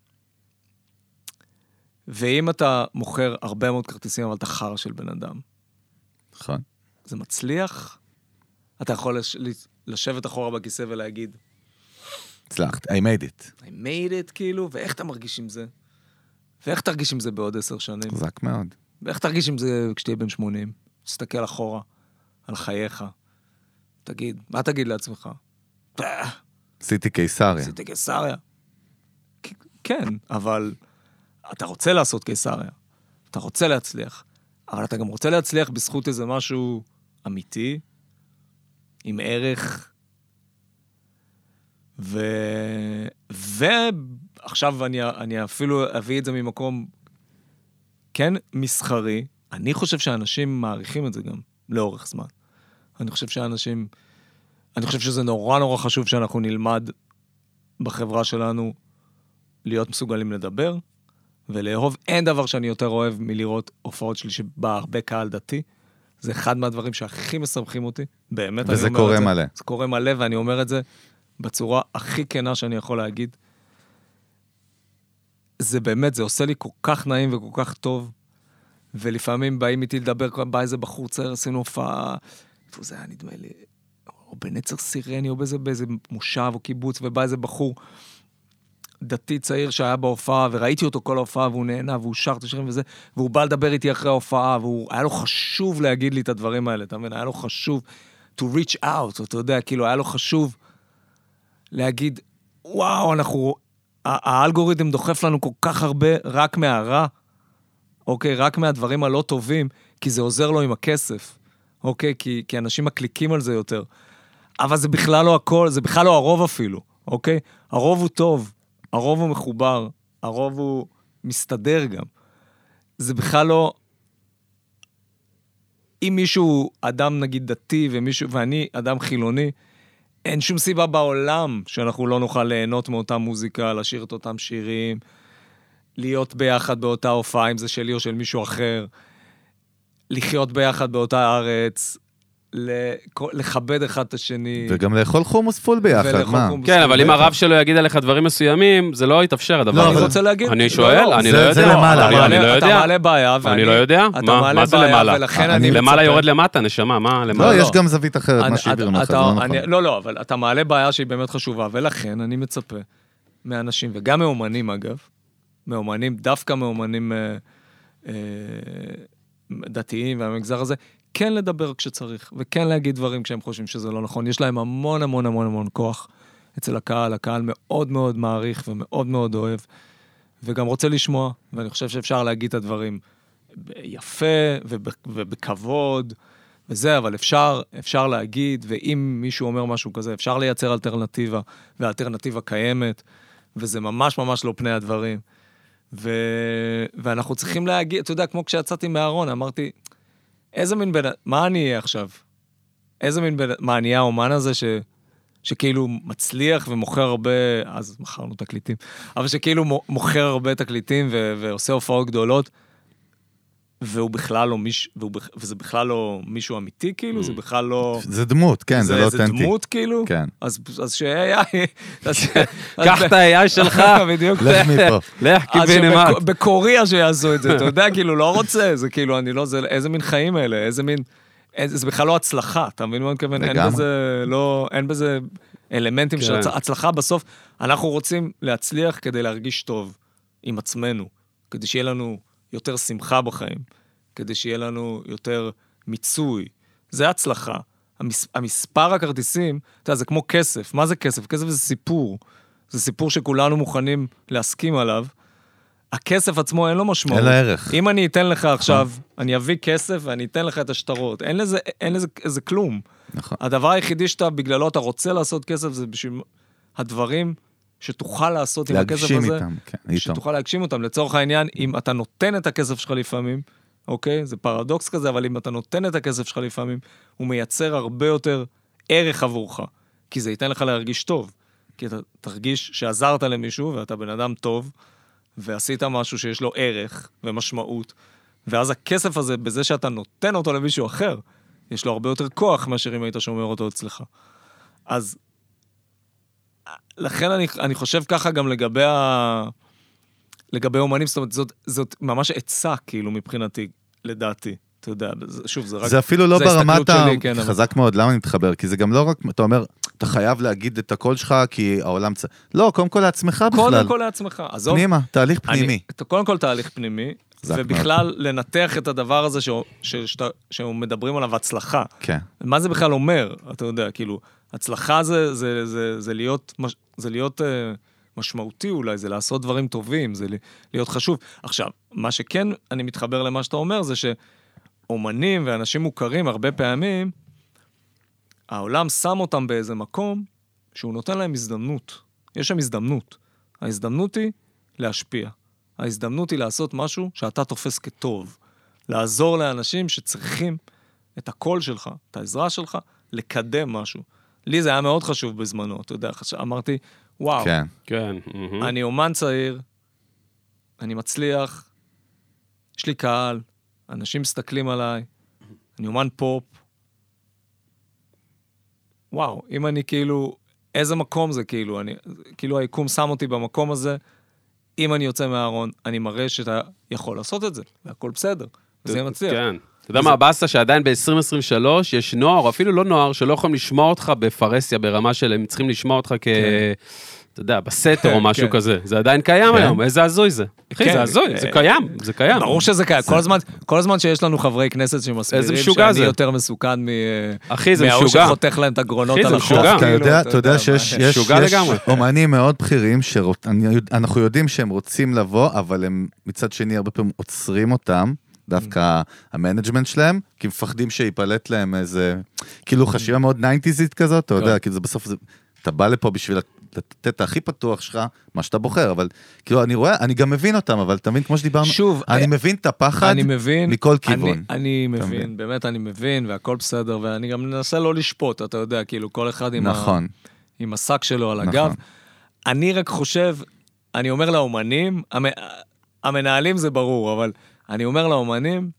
ואם אתה מוכר הרבה מאוד כרטיסים, אבל אתה חר של בן אדם. נכון. זה מצליח? אתה יכול לשבת אחורה בכיסא ולהגיד, הצלחת, I made it. I made it, כאילו, ואיך אתה מרגיש עם זה? ואיך תרגיש עם זה בעוד 10 שנים? חזק מאוד. ואיך תרגיש עם זה כשתהיה בן 80? תסתכל אחורה, על חייך. תגיד, מה תגיד לעצמך? עשיתי קיסריה. עשיתי קיסריה. כן, אבל אתה רוצה לעשות קיסריה. אתה רוצה להצליח. אבל אתה גם רוצה להצליח בזכות איזה משהו אמיתי, עם ערך, ועכשיו אני אפילו אביא את זה ממקום, כן, מסחרי. אני חושב שאנשים מעריכים את זה גם, לאורך זמן. אני חושב שזה נורא נורא חשוב שאנחנו נלמד בחברה שלנו להיות מסוגלים לדבר, ולאהוב. אין דבר שאני יותר אוהב מלראות הופעות שלי שבא הרבה קהל דתי. זה אחד מהדברים שהכי משמחים אותי. באמת, וזה קורה מלא. זה קורה מלא, ואני אומר את זה בצורה הכי כנה שאני יכול להגיד. זה באמת, זה עושה לי כל כך נעים וכל כך טוב, ולפעמים באים איתי לדבר, בא איזה בחור צעיר, עשינו הופעה, איפה זה היה נדמה לי, או בנצר סירני, או באיזה מושב או קיבוץ, ובא איזה בחור דתי צעיר שהיה בהופעה, וראיתי אותו כל ההופעה, והוא נהנה, והוא שר את השירים וזה, והוא בא לדבר איתי אחרי ההופעה, היה לו חשוב להגיד לי את הדברים האלה, אתה מבין? היה לו חשוב to reach out, אתה יודע, כאילו, היה לו חשוב להגיד, וואו, האלגוריתם דוחף לנו כל כך הרבה רק מהרע, אוקיי? רק מהדברים הלא טובים, כי זה עוזר לו עם הכסף, אוקיי? כי אנשים מקליקים על זה יותר. אבל זה בכלל לא הכל, זה בכלל לא הרוב אפילו, אוקיי? הרוב הוא טוב, הרוב הוא מחובר, הרוב הוא מסתדר גם. זה בכלל לא... אם מישהו אדם נגיד דתי ואני אדם חילוני, אין שום סיבה בעולם שאנחנו לא נוכל ליהנות מאותה מוזיקה, לשיר את אותם שירים, להיות ביחד באותה הופעה, אם זה שלי או של מישהו אחר, לחיות ביחד באותה ארץ, לכבד אחד את השני. וגם לאכול חומוס פול ביחד, מה? כן, אבל אם הרב שלו יגיד עליך דברים מסוימים, זה לא יתאפשר הדבר הזה. אני רוצה להגיד... אני שואל, אני לא יודע. זה למעלה. אני לא יודע. אתה מעלה בעיה, אני לא יודע. מה זה למעלה? למעלה יורד למטה, נשמה, מה למעלה? לא, יש גם זווית אחרת, מה שהעביר לך, זה לא נכון. לא, אבל אתה מעלה בעיה שהיא באמת חשובה, ולכן אני מצפה מאנשים, וגם מאומנים אגב, מאומנים, דווקא מאומנים דתיים והמגזר הזה, כן לדבר כשצריך, וכן להגיד דברים כשהם חושבים שזה לא נכון. יש להם המון המון המון המון כוח אצל הקהל, הקהל מאוד מאוד מעריך ומאוד מאוד אוהב, וגם רוצה לשמוע, ואני חושב שאפשר להגיד את הדברים יפה ובכבוד, וזה, אבל אפשר להגיד, ואם מישהו אומר משהו כזה, אפשר לייצר אלטרנטיבה, והאלטרנטיבה קיימת, וזה ממש ממש לא פני הדברים. ואנחנו צריכים להגיד, אתה יודע, כמו כשיצאתי מהארון, אמרתי, איזה מין מה אני אהיה עכשיו? איזה מין מה אני אהיה האומן הזה שכאילו מצליח ומוכר הרבה, אז מכרנו תקליטים, אבל שכאילו מוכר הרבה תקליטים ועושה הופעות גדולות, והוא בכלל לא וזה בכלל לא מישהו אמיתי, כאילו, זה בכלל לא... זה דמות, כן, זה לא אותנטי. זה דמות, כאילו? כן. אז ש-AI... קח את ה-AI שלך, בדיוק. לך מפה. לך קיבינימט. בקוריאה שיעשו את זה, אתה יודע, כאילו, לא רוצה, זה כאילו, אני לא, איזה מין חיים האלה, איזה מין... זה בכלל לא הצלחה, אתה מבין מה אני מתכוון? אין בזה אלמנטים של הצלחה. בסוף, אנחנו רוצים להצליח כדי להרגיש טוב עם עצמנו, כדי שיהיה לנו יותר שמחה בחיים, כדי שיהיה לנו יותר מיצוי. זה הצלחה. המספר הכרטיסים, אתה יודע, זה כמו כסף. מה זה כסף? כסף זה סיפור. זה סיפור שכולנו מוכנים להסכים עליו. הכסף עצמו אין לו משמעות. אין לו ערך. אם אני אתן לך עכשיו, אני אביא כסף ואני אתן לך את השטרות. אין לזה כלום. נכון. הדבר היחידי שאתה, בגללו אתה רוצה לעשות כסף, זה בשביל הדברים שתוכל לעשות עם הכסף הזה. להגשים איתם, כן. שתוכל להגשים אותם. לצורך העניין, אם אתה נותן את הכסף שלך לפעמים, אוקיי? זה פרדוקס כזה, אבל אם אתה נותן את הכסף שלך לפעמים, הוא מייצר הרבה יותר ערך עבורך. כי זה ייתן לך להרגיש טוב. כי אתה תרגיש שעזרת למישהו, ואתה בן אדם טוב, ועשית משהו שיש לו ערך ומשמעות, ואז הכסף הזה, בזה שאתה נותן אותו למישהו אחר, יש לו הרבה יותר כוח מאשר אם היית שומר אותו אצלך. אז לכן אני חושב ככה גם לגבי אומנים, זאת אומרת, זאת ממש עצה, כאילו, מבחינתי, לדעתי. אתה יודע, שוב, זה רק... זה אפילו לא ברמת כן, חזק מאוד, למה אני מתחבר? כי זה גם לא רק, אתה אומר, אתה חייב להגיד את הקול שלך, כי העולם... לא, קודם כל לעצמך בכלל. קודם כל לעצמך. פנימה, תהליך פנימי. קודם כל תהליך פנימי, ובכלל לנתח את הדבר הזה שמדברים עליו הצלחה. כן. מה זה בכלל אומר? אתה יודע, כאילו, הצלחה זה להיות משמעותי אולי, זה לעשות דברים טובים, זה להיות חשוב. עכשיו, מה שכן אני מתחבר למה שאתה אומר, זה שאומנים ואנשים מוכרים הרבה פעמים, העולם שם אותם באיזה מקום שהוא נותן להם הזדמנות. יש שם הזדמנות. ההזדמנות היא להשפיע. ההזדמנות היא לעשות משהו שאתה תופס כטוב. לעזור לאנשים שצריכים את הקול שלך, את העזרה שלך, לקדם משהו. לי זה היה מאוד חשוב בזמנו, אתה יודע, אמרתי, וואו, כן. כן. אני אומן צעיר, אני מצליח, יש לי קהל, אנשים מסתכלים עליי, אני אומן פופ, וואו, אם אני כאילו, איזה מקום זה כאילו, כאילו היקום שם אותי במקום הזה, אם אני יוצא מהארון, אני מראה שאתה יכול לעשות את זה, והכל בסדר, וזה מצליח. כן. אתה יודע מה, הבאסה שעדיין ב-2023 יש נוער, או אפילו לא נוער, שלא יכולים לשמוע אותך בפרסיה, ברמה שלהם צריכים לשמוע אותך אתה יודע, בסתר או משהו כזה. זה עדיין קיים היום, איזה הזוי זה. אחי, זה הזוי, זה קיים, זה קיים. ברור שזה קיים. כל הזמן שיש לנו חברי כנסת שמסבירים שאני יותר מסוכן מהאור שחותך להם את הגרונות על החוף. אתה יודע שיש אומנים מאוד בכירים שאנחנו יודעים שהם רוצים לבוא, אבל הם מצד שני הרבה פעמים עוצרים אותם, דווקא המנג'מנט שלהם, כי מפחדים שיפלט להם איזה, כאילו חשיבה מאוד 90'ית כזאת, אתה יודע, כי זה בסוף, אתה בא לפה בשביל לתת את הכי פתוח שלך, מה שאתה בוחר, אבל כאילו אני רואה, אני גם מבין אותם, אבל אתה מבין, כמו שדיברנו, שוב, אני מבין את הפחד מכל כיוון. אני מבין, באמת אני מבין, והכל בסדר, ואני גם מנסה לא לשפוט, אתה יודע, כאילו כל אחד עם השק שלו על הגב. אני רק חושב, אני אומר לאומנים, המנהלים זה ברור, אבל אני אומר לאומנים,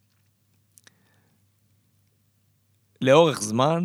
לאורך זמן,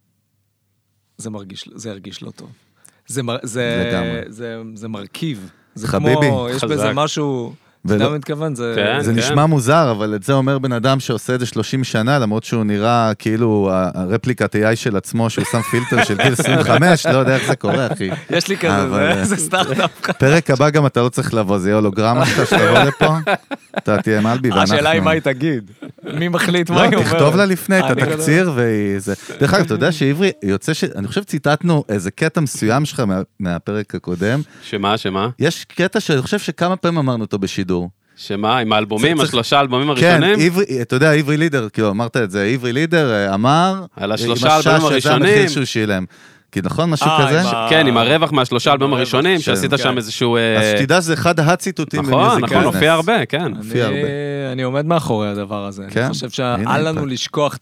זה ירגיש לא טוב. זה מרכיב. זה חביבי, כמו, יש בזה משהו, אתה מתכוון, זה נשמע מוזר, אבל את זה אומר בן אדם שעושה את זה 30 שנה, למרות שהוא נראה כאילו הרפליקת AI של עצמו, שהוא שם פילטר של גיל 25, לא יודע איך זה קורה, אחי. יש לי כזה, זה סטארט-אפ. פרק הבא גם אתה לא צריך לבוא, זה יהיה הולוגרמה שתבוא לפה, אתה תהיה מלבי ואנחנו... השאלה היא מה היא תגיד. מי מחליט מה היא אומרת? תכתוב לה לפני את התקציר וזה... דרך אגב, אתה יודע שעברי, יוצא אני חושב ציטטנו איזה קטע מסוים שלך מהפרק הקודם. שמה? יש קטע שאני חושב שכמה פעמים אמרנו אותו בשידור. שמה? עם האלבומים, השלושה האלבומים הראשונים? כן, אתה יודע, עברי לידר, כאילו אמרת את זה, עברי לידר אמר... על השלושה האלבומים הראשונים. שזה המחיר שהוא שילם. כי נכון, משהו כזה? כן, עם הרווח מהשלושה האלבומים הראשונים, שעשית שם איזשהו... אז שתדע, זה אחד הציטוטים נכון, הופיע הרבה, כן. אני עומד מאחורי הדבר הזה. אני חושב שאל לנו לשכוח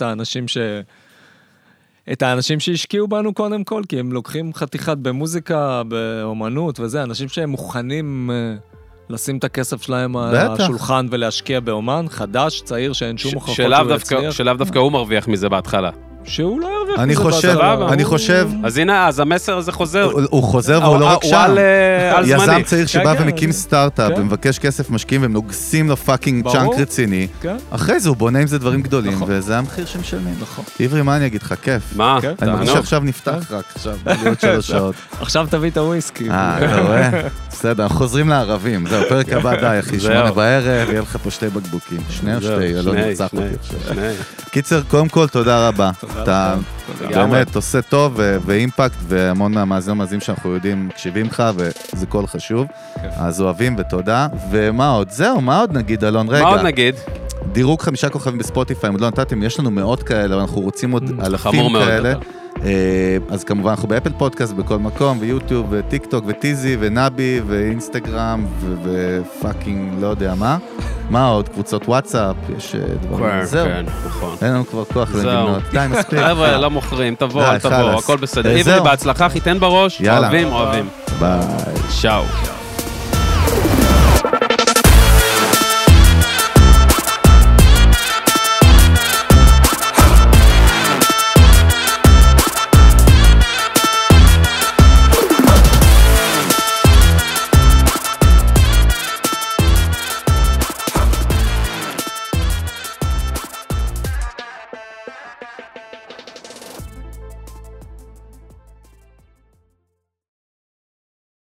את האנשים שהשקיעו בנו קודם כל, כי הם לוקחים חתיכת במוזיקה, באומנות וזה, אנשים שהם מוכנים לשים את הכסף שלהם על השולחן ולהשקיע באומן, חדש, צעיר, שאין שום הוכחות שהוא יצליח. שלאו דווקא הוא מרוויח מזה בהתחלה. שהוא לא ירוויח מזה בהתחלה. אני חושב... אז הנה, אז המסר הזה חוזר. הוא חוזר והוא לא רק שם. על זמני. יזם צעיר שבא ומקים סטארט-אפ ומבקש כסף משקיעים והם נוגסים לו פאקינג צ'אנק רציני. אחרי זה הוא בונה עם זה דברים גדולים, וזה המחיר שמשלמים. עברי, מה אני אגיד לך? כיף. מה? אני מרגיש שעכשיו נפתח רק עכשיו, בעוד 3 שעות. עכשיו תביא את הוויסקי. אתה רואה? בסדר, אנחנו חוזרים לערבים. זהו, פרק הבא די, אחי, 8 בערב, יהיה לך פה 2 בקבוקים. 2 או 2, לא נרצח אותי עכשיו. קיצר, קודם כל, תודה רבה. אתה באמת עושה טוב ואימפקט, והמון מהמאזינים שאנחנו יודעים מקשיבים לך, וזה כל חשוב. אז אוהבים ותודה. ומה עוד? זהו, מה עוד נגיד, אלון? רגע. מה עוד נגיד? דירוג 5 כוכבים בספוטיפיי, עוד לא נתתם, יש לנו מאות כאלה, אבל אנחנו רוצים עוד אלפים כאלה. אז כמובן אנחנו באפל פודקאסט בכל מקום, ויוטיוב, וטיק טוק, וטיזי, ונאבי, ואינסטגרם, ופאקינג לא יודע מה. מה עוד? קבוצות וואטסאפ, יש דברים. זהו. אין לנו כבר כוח לנגנות. די, מספיק. חבר'ה, לא מוכרים, תבוא, הכל בסדר. עברי, בהצלחה, חיתן בראש. אוהבים. ביי. שאו.